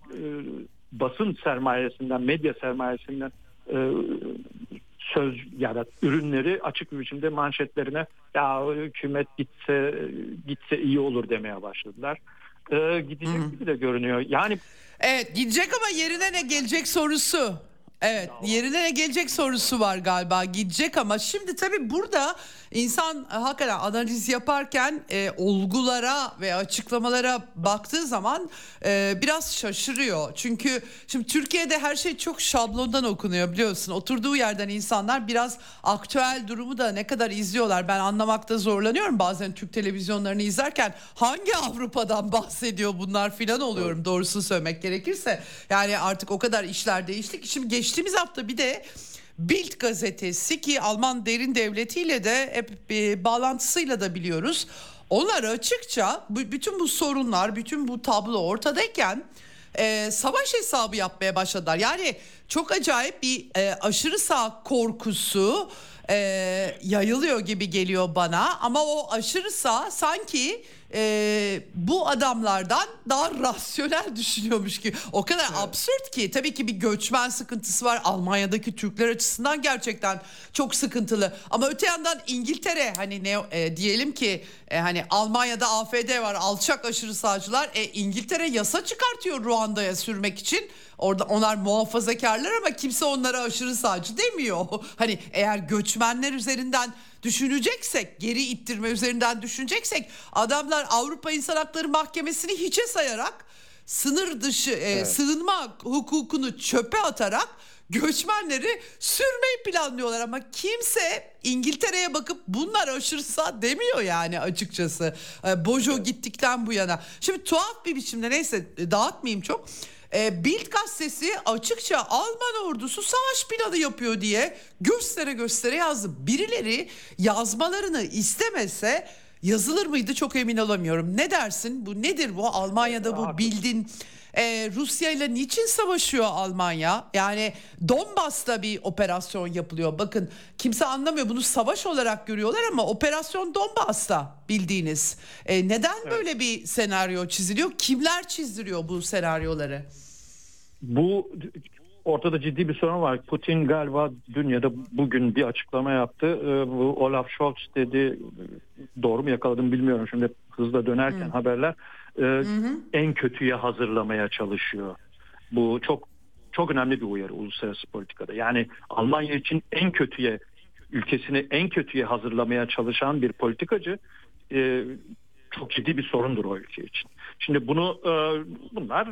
basın sermayesinden, medya sermayesinden söz ya da ürünleri açık bir biçimde manşetlerine ya hükümet gitse iyi olur demeye başladılar. Gidecek gibi de görünüyor. Yani evet, gidecek ama yerine ne gelecek sorusu. Evet, yerine ne gelecek sorusu var galiba, gidecek ama şimdi tabii burada insan hakikaten analiz yaparken olgulara ve açıklamalara baktığı zaman biraz şaşırıyor. Çünkü şimdi Türkiye'de her şey çok şablondan okunuyor, biliyorsun. Oturduğu yerden insanlar biraz aktüel durumu da ne kadar izliyorlar, ben anlamakta zorlanıyorum bazen Türk televizyonlarını izlerken. Hangi Avrupa'dan bahsediyor bunlar filan oluyorum, doğrusunu söylemek gerekirse. Yani artık o kadar işler değişti ki. Şimdi geçtiğimiz hafta bir de Bild gazetesi, ki Alman derin devletiyle de hep bağlantısıyla da biliyoruz. Onlar açıkça bütün bu sorunlar, bütün bu tablo ortadayken savaş hesabı yapmaya başladılar. Yani çok acayip bir aşırı sağ korkusu yayılıyor gibi geliyor bana. Ama o aşırı sağ sanki bu adamlardan daha rasyonel düşünüyormuş ki. O kadar absürt ki. Tabii ki bir göçmen sıkıntısı var. Almanya'daki Türkler açısından gerçekten çok sıkıntılı. Ama öte yandan İngiltere, hani diyelim ki hani Almanya'da AfD var, alçak aşırı sağcılar. İngiltere yasa çıkartıyor Ruanda'ya sürmek için. Orada onlar muhafazakarlar ama kimse onlara aşırı sağcı demiyor. Hani eğer göçmenler üzerinden düşüneceksek, geri ittirme üzerinden düşüneceksek, adamlar Avrupa İnsan Hakları Mahkemesi'ni hiçe sayarak, sınır dışı sığınma hukukunu çöpe atarak göçmenleri sürmeyi planlıyorlar ama kimse İngiltere'ye bakıp bunlar aşırısa demiyor yani açıkçası. Bojo gittikten bu yana. Şimdi tuhaf bir biçimde, neyse dağıtmayayım çok. Bild gazetesi açıkça Alman ordusu savaş planı yapıyor diye göstere göstere yazdı. Birileri yazmalarını istemese yazılır mıydı çok emin olamıyorum. Ne dersin? Bu nedir bu? Almanya'da bu Bild'in Rusya ile niçin savaşıyor Almanya? Yani Donbas'ta bir operasyon yapılıyor. Bakın kimse anlamıyor, bunu savaş olarak görüyorlar ama operasyon Donbas'ta bildiğiniz. Neden böyle bir senaryo çiziliyor? Kimler çizdiriyor bu senaryoları? Bu ortada ciddi bir sorun var. Putin galiba dün ya da bugün bir açıklama yaptı. Bu Olaf Scholz dedi, doğru mu yakaladım bilmiyorum. Şimdi hızla dönerken haberler en kötüye hazırlamaya çalışıyor. Bu çok çok önemli bir uyarı uluslararası politikada. Yani Almanya için ülkesini en kötüye hazırlamaya çalışan bir politikacı çok ciddi bir sorundur o ülke için. Şimdi bunlar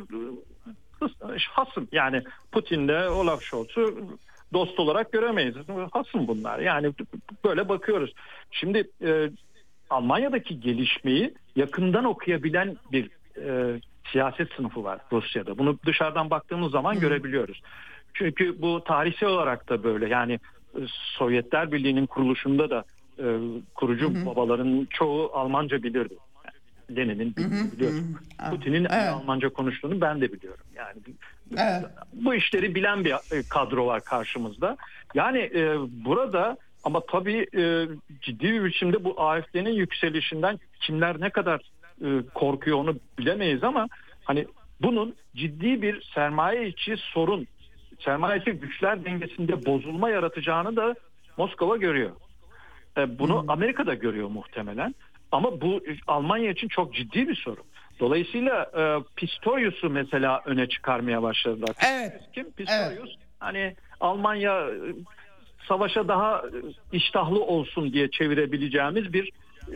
hasım, yani Putin'le Olaf Scholz'u dost olarak göremeyiz. Hasım bunlar. Yani böyle bakıyoruz. Şimdi Almanya'daki gelişmeyi yakından okuyabilen bir siyaset sınıfı var Rusya'da. Bunu dışarıdan baktığımız zaman görebiliyoruz. Çünkü bu tarihsel olarak da böyle. Yani Sovyetler Birliği'nin kuruluşunda da kurucu babaların çoğu Almanca bilirdi. Lenin'in biliyorsun. Putin'in Almanca konuştuğunu ben de biliyorum. Yani bu işleri bilen bir kadro var karşımızda. Yani burada ama tabii ciddi bir biçimde bu AfD'nin yükselişinden kimler ne kadar korkuyor onu bilemeyiz ama hani bunun ciddi bir sermaye içi sorun, sermaye içi güçler dengesinde bozulma yaratacağını da Moskova görüyor. Bunu Amerika da görüyor muhtemelen. Ama bu Almanya için çok ciddi bir sorun. Dolayısıyla Pistorius'u mesela öne çıkarmaya başladılar. Evet. Kim? Pistorius. Hani Almanya savaşa daha iştahlı olsun diye çevirebileceğimiz bir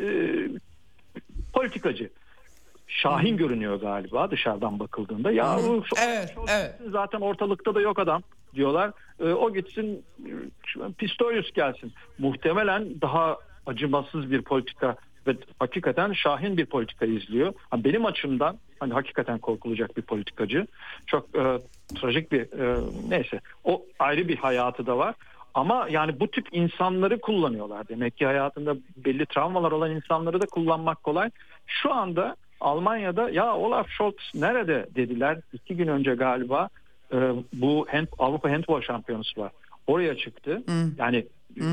politikacı. Şahin görünüyor galiba dışarıdan bakıldığında. Ya zaten ortalıkta da yok adam diyorlar. O gitsin, Pistorius gelsin. Muhtemelen daha acımasız bir politika ve hakikaten şahin bir politika izliyor. Benim açımdan hani hakikaten korkulacak bir politikacı. Çok trajik bir neyse. O ayrı bir hayatı da var. Ama yani bu tip insanları kullanıyorlar. Demek ki hayatında belli travmalar olan insanları da kullanmak kolay. Şu anda Almanya'da ya Olaf Scholz nerede dediler. 2 gün önce galiba bu Avrupa Handball Şampiyonası var. Oraya çıktı. Yani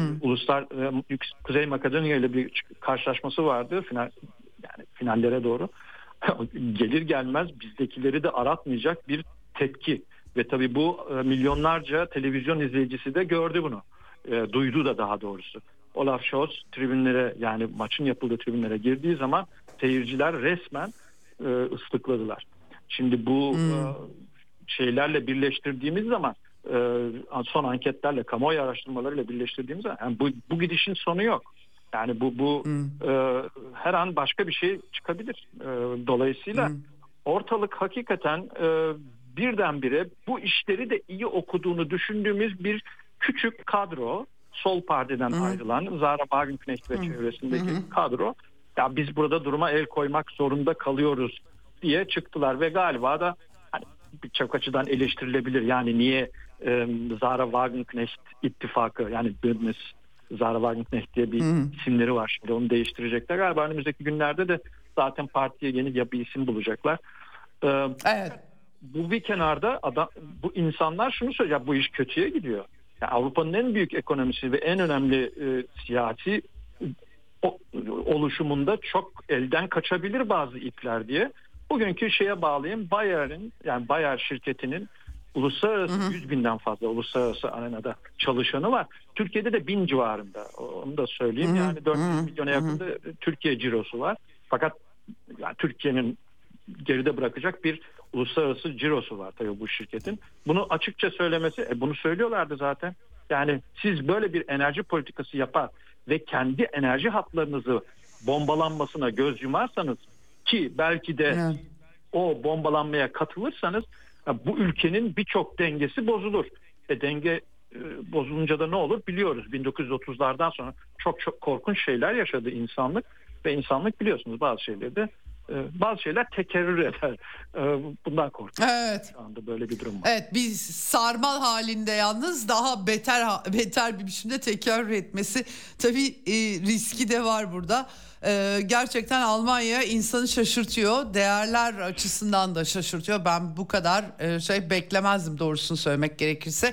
Kuzey Makedonya ile bir karşılaşması vardı. Finallere doğru. Gelir gelmez bizdekileri de aratmayacak bir tepki. Ve tabii bu milyonlarca televizyon izleyicisi de gördü bunu. Duydu da daha doğrusu. Olaf Scholz tribünlere, yani maçın yapıldığı tribünlere girdiği zaman seyirciler resmen ıslıkladılar. Şimdi bu şeylerle birleştirdiğimiz zaman, son anketlerle, kamuoyu araştırmalarıyla birleştirdiğimiz zaman yani bu gidişin sonu yok. Yani bu her an başka bir şey çıkabilir. Dolayısıyla ortalık hakikaten birdenbire bu işleri de iyi okuduğunu düşündüğümüz bir küçük kadro, Sol Parti'den ayrılan Zahra Wagenknecht ve çevresindeki kadro, ya biz burada duruma el koymak zorunda kalıyoruz diye çıktılar ve galiba da hani birçok açıdan eleştirilebilir. Yani niye Zahra Wagenknecht ittifakı, yani Bündnis Zahra Wagenknecht diye bir isimleri var, şimdi onu değiştirecekler. Galiba önümüzdeki günlerde de zaten partiye yeni bir isim bulacaklar. Evet. Bu bir kenarda bu insanlar şunu söylüyor, bu iş kötüye gidiyor. Yani Avrupa'nın en büyük ekonomisi ve en önemli siyasi oluşumunda çok elden kaçabilir bazı ipler diye. Bugünkü şeye bağlayayım, Bayer şirketinin uluslararası 100 binden fazla uluslararası arenada çalışanı var. Türkiye'de de 1000 civarında. Onu da söyleyeyim. Yani 400 milyona yakında Türkiye cirosu var. Fakat yani Türkiye'nin geride bırakacak bir uluslararası cirosu var tabii bu şirketin. Bunu açıkça söylemesi, bunu söylüyorlardı zaten. Yani siz böyle bir enerji politikası yapar ve kendi enerji hatlarınızı bombalanmasına göz yumarsanız, ki belki de o bombalanmaya katılırsanız, bu ülkenin birçok dengesi bozulur. denge bozulunca da ne olur biliyoruz. 1930'lardan sonra çok korkunç şeyler yaşadı insanlık ve insanlık biliyorsunuz bazı şeyler tekerrür eder. Bundan korkuyorum. Evet. Şu anda böyle bir durum var. Evet, bir sarmal halinde yalnız daha beter bir biçimde tekrar etmesi tabii riski de var burada. Gerçekten Almanya insanı şaşırtıyor. Değerler açısından da şaşırtıyor. Ben bu kadar şey beklemezdim doğrusunu söylemek gerekirse.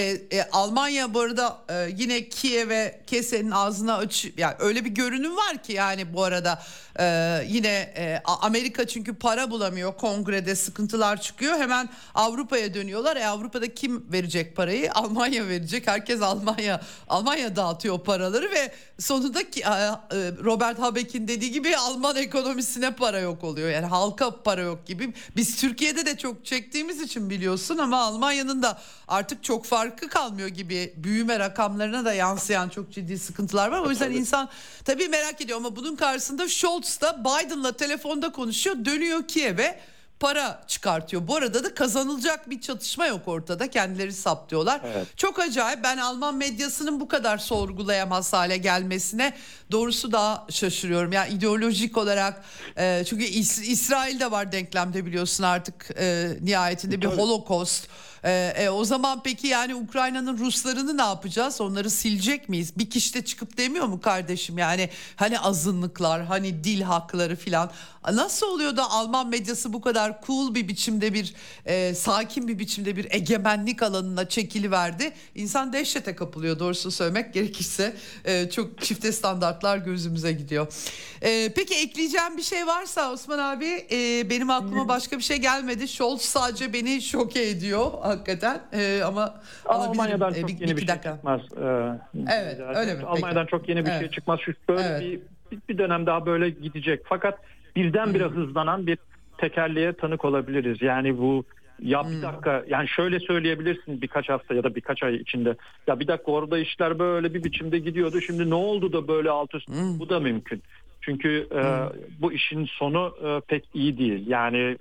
Almanya bu arada yine Kiev'e kesenin ağzına yani öyle bir görünüm var ki yani bu arada yine Amerika çünkü para bulamıyor. Kongrede sıkıntılar çıkıyor. Hemen Avrupa'ya dönüyorlar. Avrupa'da kim verecek parayı? Almanya verecek. Herkes Almanya dağıtıyor paraları ve sonunda Robert Habeck'in dediği gibi Alman ekonomisine para yok oluyor. Yani halka para yok gibi. Biz Türkiye'de de çok çektiğimiz için biliyorsun ama Almanya'nın da artık çok farkı kalmıyor gibi. Büyüme rakamlarına da yansıyan çok ciddi sıkıntılar var. O yüzden insan tabii merak ediyor ama bunun karşısında Scholz da Biden'la telefonda konuşuyor. Dönüyor Kiev'e para çıkartıyor. Bu arada da kazanılacak bir çatışma yok ortada. Kendileri saptıyorlar. Evet. Çok acayip. Ben Alman medyasının bu kadar sorgulayamaz hale gelmesine doğrusu daha şaşırıyorum. Yani ideolojik olarak çünkü İsrail'de var denklemde biliyorsun artık nihayetinde bir Holocaust. O zaman peki yani Ukrayna'nın Ruslarını ne yapacağız? Onları silecek miyiz? Bir kişi de çıkıp demiyor mu kardeşim yani hani azınlıklar, hani dil hakları filan. Nasıl oluyor da Alman medyası bu kadar cool bir biçimde sakin bir biçimde bir egemenlik alanına çekiliverdi? İnsan dehşete kapılıyor doğrusunu söylemek gerekirse. Çok çifte standartlar gözümüze gidiyor. Peki ekleyeceğim bir şey varsa Osman abi benim aklıma başka bir şey gelmedi. Scholz sadece beni şoke ediyor hakikaten ama Almanya'dan çok yeni bir şey çıkmaz. Evet öyle mi? Almanya'dan çok yeni bir şey çıkmaz. Şu böyle bir dönem daha böyle gidecek. Fakat birdenbire hızlanan bir tekerleğe tanık olabiliriz. Yani bu bir dakika yani şöyle söyleyebilirsin birkaç hafta ya da birkaç ay içinde. Ya bir dakika orada işler böyle bir biçimde gidiyordu. Şimdi ne oldu da böyle alt üst? Bu da mümkün. Çünkü bu işin sonu pek iyi değil. Yani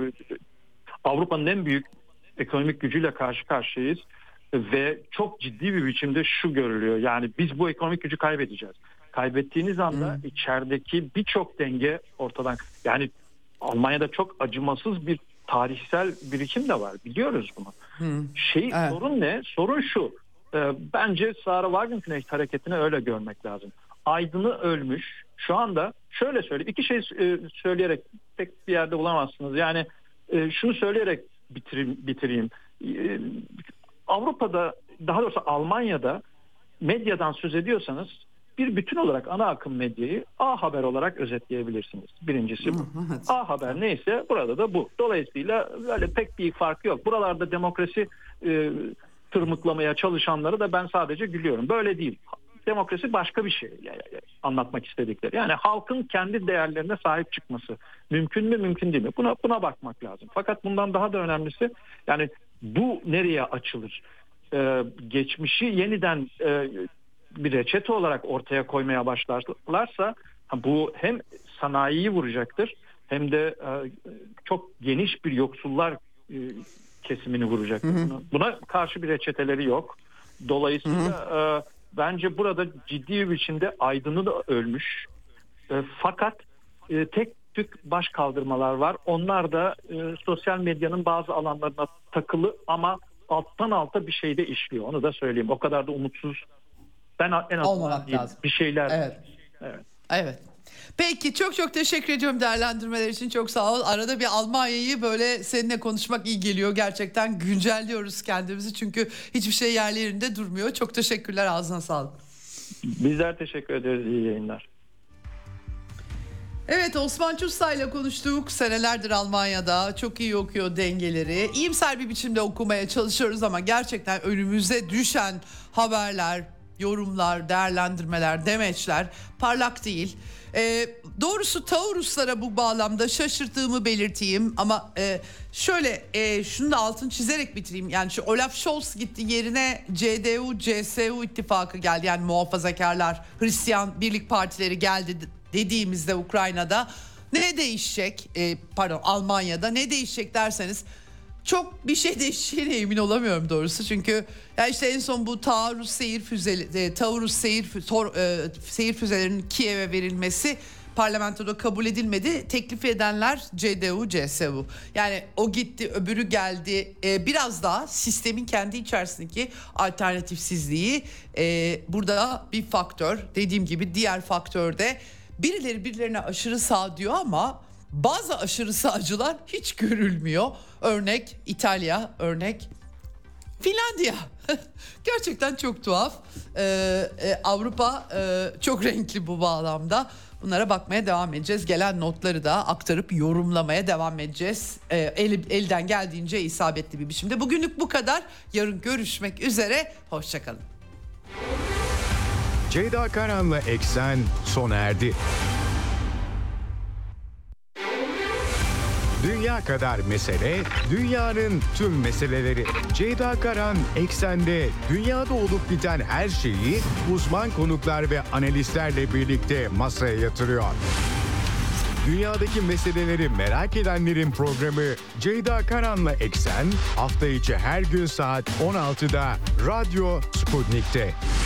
Avrupa'nın en büyük ekonomik gücüyle karşı karşıyayız ve çok ciddi bir biçimde şu görülüyor. Yani biz bu ekonomik gücü kaybedeceğiz. Kaybettiğiniz anda içerideki birçok denge ortadan. Yani Almanya'da çok acımasız bir tarihsel birikim de var. Biliyoruz bunu. Sorun ne? Sorun şu. Bence Sarah Wagenknecht hareketini öyle görmek lazım. Aydın'ı ölmüş. Şu anda şöyle söyleyeyim. İki şey söyleyerek pek bir yerde bulamazsınız. Yani şunu söyleyerek bitireyim. Avrupa'da daha doğrusu Almanya'da medyadan söz ediyorsanız bir bütün olarak ana akım medyayı A Haber olarak özetleyebilirsiniz. Birincisi bu. A Haber neyse burada da bu. Dolayısıyla öyle pek bir fark yok. Buralarda demokrasi tırmıklamaya çalışanları da ben sadece gülüyorum. Böyle değil. Demokrasi başka bir şey anlatmak istedikleri. Yani halkın kendi değerlerine sahip çıkması mümkün mü mümkün değil mi? Buna bakmak lazım. Fakat bundan daha da önemlisi yani bu nereye açılır? Geçmişi yeniden bir reçete olarak ortaya koymaya başlarlarsa bu hem sanayiyi vuracaktır hem de çok geniş bir yoksullar kesimini vuracaktır. Buna karşı bir reçeteleri yok. Dolayısıyla bence burada ciddi bir biçimde Aydın'ı da ölmüş. Fakat tek tük baş kaldırmalar var. Onlar da sosyal medyanın bazı alanlarına takılı ama alttan alta bir şey de işliyor. Onu da söyleyeyim. O kadar da umutsuz. Ben en azından bir şeyler. Evet. Peki çok teşekkür ediyorum değerlendirmeler için. Çok sağ ol. Arada bir Almanya'yı böyle seninle konuşmak iyi geliyor. Gerçekten güncelliyoruz kendimizi. Çünkü hiçbir şey yerli yerinde durmuyor. Çok teşekkürler. Ağzına sağlık. Bizler teşekkür ederiz. İyi yayınlar. Evet, Osman Çusta ile konuştuk. Senelerdir Almanya'da çok iyi okuyor dengeleri. İyimser bir biçimde okumaya çalışıyoruz ama gerçekten önümüze düşen haberler, yorumlar, değerlendirmeler, demeçler parlak değil. Doğrusu Tauruslara bu bağlamda şaşırttığımı belirteyim ama şöyle şunu da altını çizerek bitireyim. Yani şu Olaf Scholz gitti, yerine CDU-CSU ittifakı geldi. Yani muhafazakarlar, Hristiyan Birlik Partileri geldi dediğimizde Ukrayna'da ne değişecek? Almanya'da ne değişecek derseniz çok bir şey değişeceğine emin olamıyorum doğrusu. Çünkü ya işte en son bu Taurus seyir füzelerinin Kiev'e verilmesi parlamentoda kabul edilmedi. Teklif edenler CDU, CSU. Yani o gitti, öbürü geldi. Biraz daha sistemin kendi içerisindeki alternatifsizliği burada bir faktör. Dediğim gibi diğer faktörde birileri birilerine aşırı sağ diyor ama bazı aşırı sağcılar hiç görülmüyor. Örnek İtalya, örnek Finlandiya. Gerçekten çok tuhaf. Avrupa çok renkli bu bağlamda. Bunlara bakmaya devam edeceğiz. Gelen notları da aktarıp yorumlamaya devam edeceğiz. Elden geldiğince isabetli bir biçimde. Bugünlük bu kadar. Yarın görüşmek üzere. Hoşçakalın. Ceyda Karan'la Eksen sona erdi. Dünya kadar mesele, dünyanın tüm meseleleri. Ceyda Karan Eksen'de dünyada olup biten her şeyi uzman konuklar ve analistlerle birlikte masaya yatırıyor. Dünyadaki meseleleri merak edenlerin programı Ceyda Karan'la Eksen hafta içi her gün saat 16'da Radyo Sputnik'te.